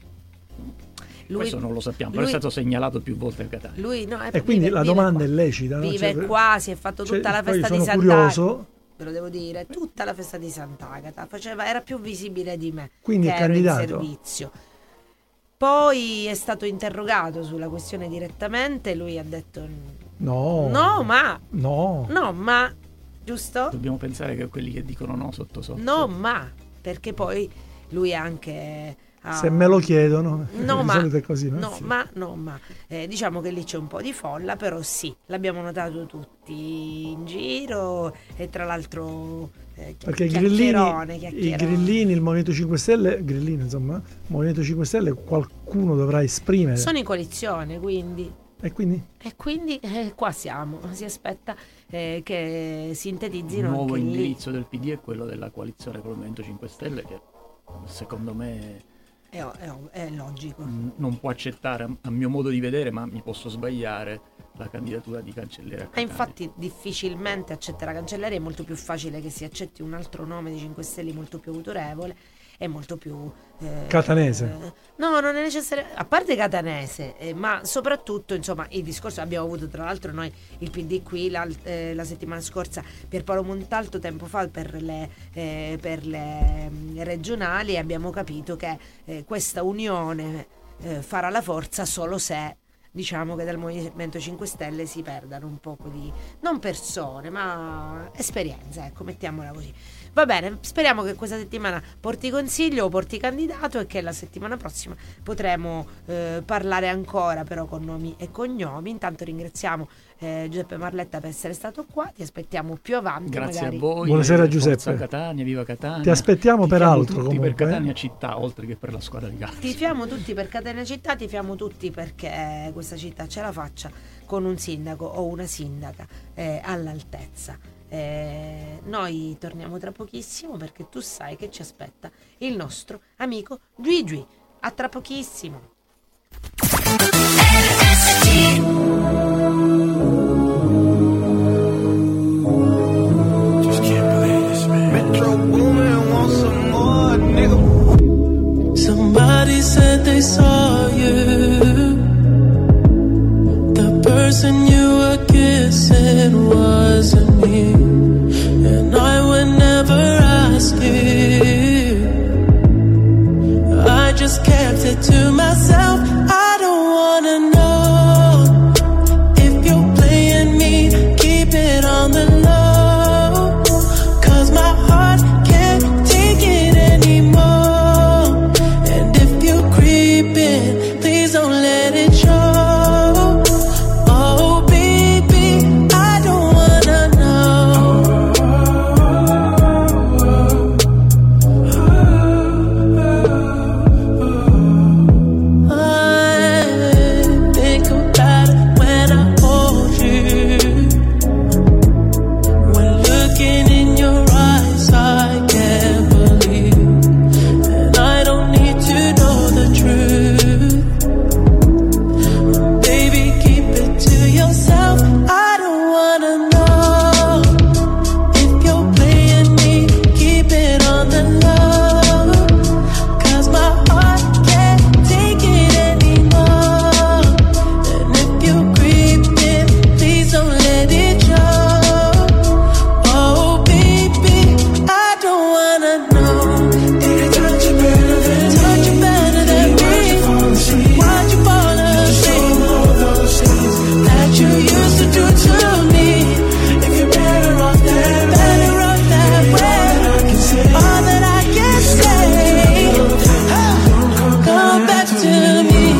Lui, Questo non lo sappiamo, lui, però è stato segnalato più volte a Catania. Lui, no, e quindi vive, la vive domanda qua. è lecita, no? Vive Cioè, qua, si è fatto tutta cioè, la poi festa sono di Sant'Agata. curioso. Ve lo devo dire, tutta la festa di Sant'Agata. Faceva, era più visibile di me, Quindi che è ero candidato. in servizio. Poi è stato interrogato sulla questione direttamente, lui ha detto No. no, ma No. no, ma giusto? Dobbiamo pensare che quelli che dicono no sotto sotto. No, ma perché poi lui anche ha... Se me lo chiedono, No, di ma solito è così, no? no, Sì. ma no, ma eh, diciamo che lì c'è un po' di folla, però sì, l'abbiamo notato tutti in giro e tra l'altro eh, chi- Perché i chiacchierone, grillini, i chiacchierone. grillini, il Movimento cinque Stelle, grillini insomma, il Movimento cinque Stelle qualcuno dovrà esprimere. Sono in coalizione, quindi E quindi? E quindi eh, qua siamo, si aspetta eh, che sintetizzino. Il nuovo anche indirizzo lì. del P D è quello della coalizione con il Movimento cinque Stelle, che secondo me è, è, è logico. n- non può accettare, a, a mio modo di vedere, ma mi posso sbagliare, la candidatura di Cancelliere. E infatti difficilmente accetterà Cancellieri, è molto più facile che si accetti un altro nome di cinque Stelle molto più autorevole e molto più eh, Catanese. eh, no, non è necessario, a parte Catanese, eh, ma soprattutto insomma il discorso abbiamo avuto tra l'altro noi il P D qui la, eh, la settimana scorsa Pierpaolo Montalto tempo fa per le, eh, per le mh, regionali, e abbiamo capito che eh, questa unione eh, farà la forza solo se diciamo che dal Movimento cinque Stelle si perdano un poco di non persone ma esperienze, ecco, mettiamola così. Va bene, speriamo che questa settimana porti consiglio o porti candidato e che la settimana prossima potremo eh, parlare ancora però con nomi e cognomi. Intanto ringraziamo eh, Giuseppe Marletta per essere stato qua, ti aspettiamo più avanti. Grazie magari. a voi. Buonasera Forza Giuseppe. Catania, viva Catania. Ti aspettiamo per Tifiamo altro tutti comunque. per Catania città, oltre che per la squadra di calcio. Tifiamo tutti per Catania città, tifiamo tutti perché questa città ce la faccia con un sindaco o una sindaca eh, all'altezza. Eh, noi torniamo tra pochissimo perché tu sai che ci aspetta il nostro amico Gigi. A tra pochissimo. Somebody said they saw you. The person you were kissing wasn't me, and I would never ask you. I just kept it to myself. I don't wanna know if you're playing me. Keep it on the low, 'cause my heart can't take it anymore. And if you're creeping, please don't let it show. Oh baby, I don't wanna know. I think about it when I hold you. When looking in your eyes, I can't believe. And I don't need to know the truth. Baby, keep it to yourself. I don't wanna know if you're playing me. Keep it on the low, 'cause my heart can't take it anymore. And if you're creeping, please don't let it show. Oh baby, I don't wanna know. Did it touch you better than touch you better than me? Why'd you fall asleep? All those things that you used to do to me. If you're better off that way, better off that way. All that I can say, oh, come back to me.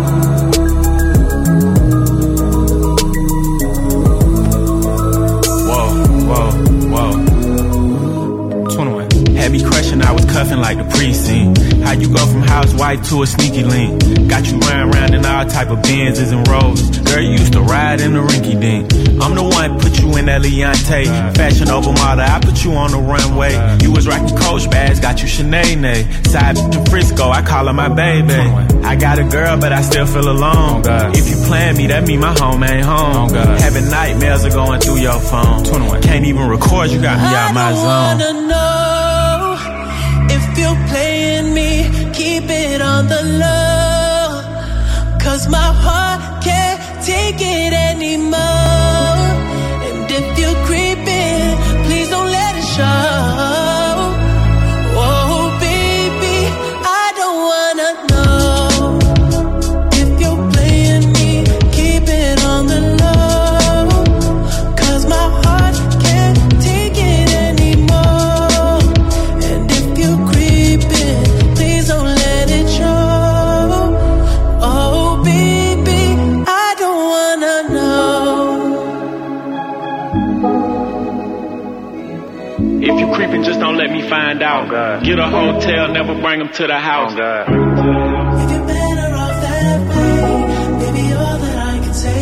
Whoa, whoa, whoa. twenty-one. Had me crushing, I was cuffing like the precinct. How you go from housewife to a sneaky link? Got you running around in all type of Benzes and Rolls. Girl, you used to ride in the rinky dink. I'm the one put you in that Leontay. Fashion over model, I put you on the runway. You was rocking Coach bags, got you Sinead. Side to Frisco, I call her my baby. I got a girl, but I still feel alone. If you plan me, that mean my home ain't home. Having nightmares are going through your phone. Can't even record, you got me out my I zone. wanna know if you're playing me. Keep it on the low, 'cause my heart can't take it anymore. And if you're creeping, please don't let it show. Oh baby, I don't wanna know if you're playing me. Keep it on the low, 'cause my heart can't take it anymore. And if you're creeping, please don't let it show. Oh baby, I don't wanna know. If you creeping, just don't let me find out. Get a hotel, never bring them to the house. If you're better off that way, baby, all that I can say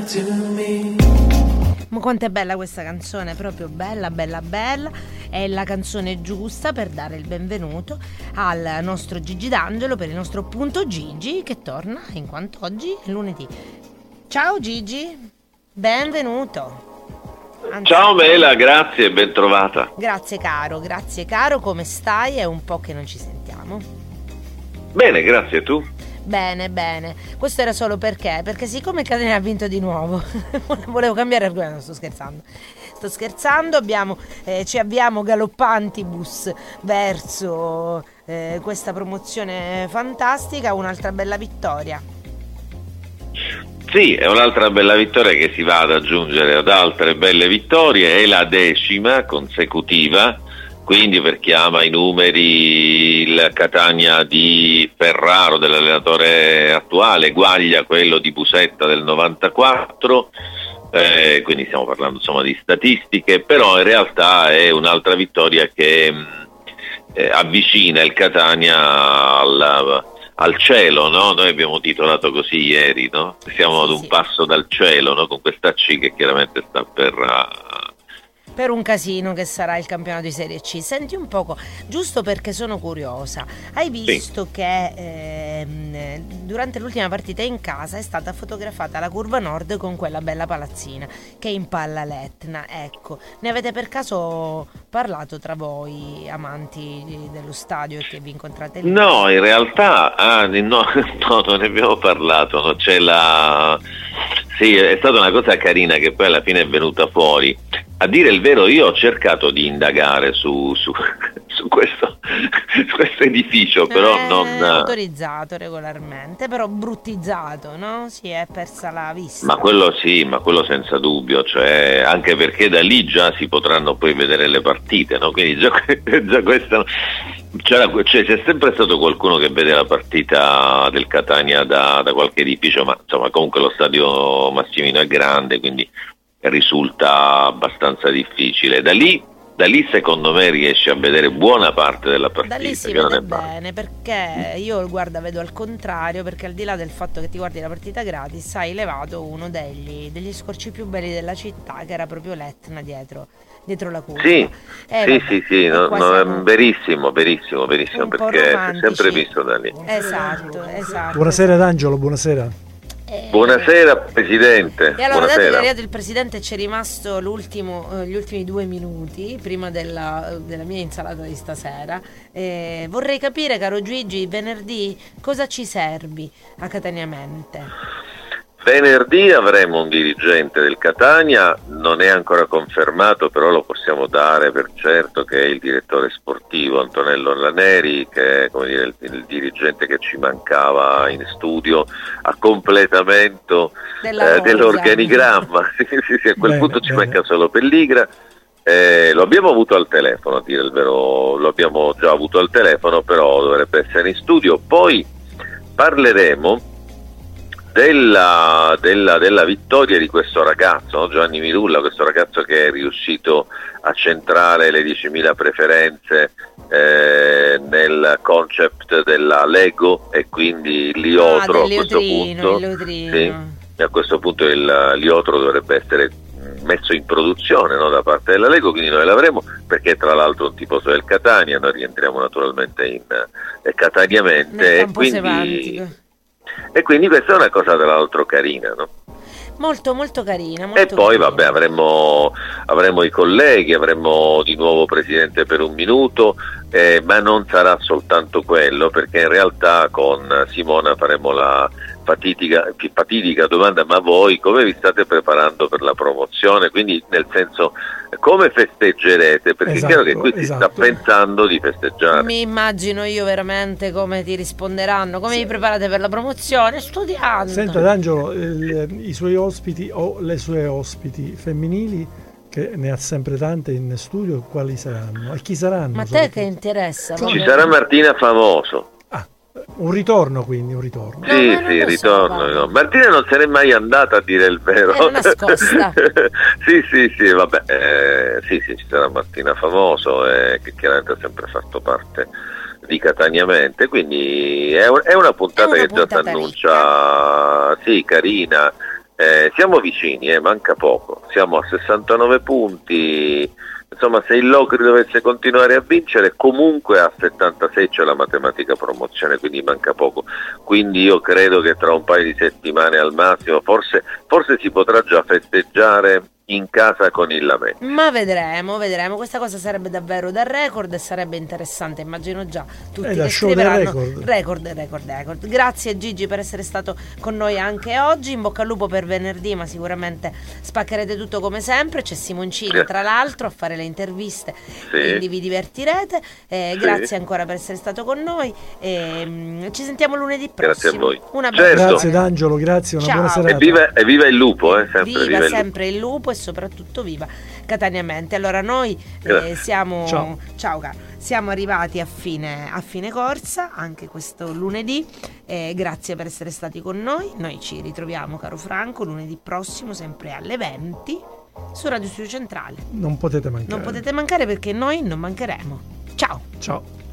to me. Ma quanto è bella questa canzone, proprio bella, bella, bella. È la canzone giusta per dare il benvenuto al nostro Gigi D'Angelo per il nostro punto Gigi, che torna in quanto oggi è lunedì. Ciao Gigi, benvenuto. Anzi, ciao Mela, grazie, ben trovata. Grazie caro, grazie caro, come stai? È un po' che non ci sentiamo. Bene, grazie, tu? Bene, bene. Questo era solo perché? Perché siccome Catania ha vinto di nuovo, volevo cambiare argomento, sto scherzando. Sto scherzando, abbiamo, eh, ci abbiamo galoppantibus verso eh, questa promozione fantastica, un'altra bella vittoria. Sì, è un'altra bella vittoria che si va ad aggiungere ad altre belle vittorie, è la decima consecutiva. Quindi per chi ama i numeri, il Catania di Ferraro, dell'allenatore attuale, eguaglia quello di Busetta del novantaquattro, eh, quindi stiamo parlando insomma di statistiche, però in realtà è un'altra vittoria che eh, avvicina il Catania al, al cielo, no? Noi abbiamo titolato così ieri, no? Siamo ad un sì. passo dal cielo, no? Con questa C che chiaramente sta per... Uh, per un casino che sarà il campionato di Serie C. Senti un poco, giusto perché sono curiosa, hai visto sì. che ehm, durante l'ultima partita in casa è stata fotografata la curva nord con quella bella palazzina che impalla l'Etna, ecco, ne avete per caso parlato tra voi amanti dello stadio e che vi incontrate lì? No, in realtà ah, no, no, non ne abbiamo parlato, no, c'è la... Sì, è stata una cosa carina che poi alla fine è venuta fuori. A dire il vero, io ho cercato di indagare su, su, su, questo, su questo edificio, però è non... autorizzato regolarmente, però bruttizzato, no? Si è persa la vista. Ma quello sì, ma quello senza dubbio, cioè, anche perché da lì già si potranno poi vedere le partite, no? Quindi già, già questa... C'era, cioè, c'è sempre stato qualcuno che vede la partita del Catania da, da qualche edificio, ma insomma comunque lo stadio Massimino è grande, quindi risulta abbastanza difficile. Da lì, da lì secondo me riesci a vedere buona parte della partita. Da lì si vede bene, perché io guarda vedo al contrario, perché al di là del fatto che ti guardi la partita gratis hai levato uno degli, degli scorci più belli della città, che era proprio l'Etna dietro dietro la curva. Sì, eh, sì, sì, sì, no, no, è verissimo, verissimo, verissimo, perché è sempre visto da lì. Esatto, esatto. Buonasera D'Angelo, buonasera. Eh, buonasera Presidente. E allora, buonasera. dato che è arrivato il Presidente, c'è rimasto l'ultimo, eh, gli ultimi due minuti prima della, della mia insalata di stasera. Eh, vorrei capire, caro Gigi, venerdì cosa ci servi a Catania Mente? Venerdì avremo un dirigente del Catania, non è ancora confermato, però lo possiamo dare per certo, che è il direttore sportivo Antonello Laneri, che è, come dire, il, il dirigente che ci mancava in studio a completamento eh, dell'organigramma. Sì, sì, sì, a quel bene, punto bene. Ci manca solo Pelligra. Eh, lo abbiamo avuto al telefono, a dire il vero, lo abbiamo già avuto al telefono, però dovrebbe essere in studio. Poi parleremo Della, della, della vittoria di questo ragazzo, no? Giovanni Mirulla, questo ragazzo che è riuscito a centrare le diecimila preferenze eh, nel concept della Lego, e quindi l'Iotro ah, a questo punto sì, a questo punto il l'Iotro dovrebbe essere messo in produzione, no? Da parte della Lego, quindi noi l'avremo, perché tra l'altro un tifoso del Catania, noi rientriamo naturalmente in eh, Cataniamente, e quindi semantico. E quindi questa è una cosa tra l'altro carina, no? Molto molto carina. Molto e poi carina. Vabbè, avremo, avremo i colleghi, avremo di nuovo Presidente per un minuto, eh, ma non sarà soltanto quello, perché in realtà con Simona faremo la fatidica, fatidica domanda: ma voi come vi state preparando per la promozione? Quindi nel senso, come festeggerete? Perché esatto, è chiaro che qui esatto. si sta pensando di festeggiare. Mi immagino io veramente come ti risponderanno, come sì. vi preparate per la promozione? Studiando. Senta D'Angelo, il, i suoi ospiti o le sue ospiti femminili, che ne ha sempre tante in studio, quali saranno? E chi saranno? Ma a te che interessa? Ci sarà Martina Famoso. Un ritorno, quindi un ritorno. Sì, no, sì, ritorno. So, no. Martina non se n'è mai andata, a dire il vero. È nascosta. sì, sì, sì, vabbè. Eh, sì, sì, ci sarà Martina Famoso, eh, che chiaramente ha sempre fatto parte di Cataniamente, quindi è, un, è una puntata è una che già si annuncia, sì, carina. Eh, siamo vicini, eh, manca poco, siamo a sessantanove punti, insomma se il Locri dovesse continuare a vincere comunque a settantasei c'è la matematica promozione, quindi manca poco, quindi io credo che tra un paio di settimane al massimo forse, forse si potrà già festeggiare in casa con il Lamezia. Ma vedremo, vedremo, questa cosa sarebbe davvero da record e sarebbe interessante, immagino già tutti Eh, da che show del scriveranno record. record, record, record. Grazie Gigi per essere stato con noi anche oggi, in bocca al lupo per venerdì, ma sicuramente spaccherete tutto come sempre, c'è Simoncini tra l'altro a fare le interviste, quindi vi divertirete. Eh, Sì. Grazie ancora per essere stato con noi e, mm, ci sentiamo lunedì prossimo. Grazie a voi. Una Certo. bella Grazie D'Angelo, grazie, una Ciao. buona E serata. viva, e viva il lupo, eh, sempre, Viva, viva il lupo. sempre il lupo e soprattutto viva Catania Mente. Allora noi eh, Grazie. siamo Ciao. ciao caro, siamo arrivati a fine, a fine corsa anche questo lunedì. Eh, grazie per essere stati con noi. Noi ci ritroviamo, caro Franco, lunedì prossimo sempre alle venti su Radio Studio Centrale. Non potete mancare. Non potete mancare perché noi non mancheremo. Ciao. Ciao.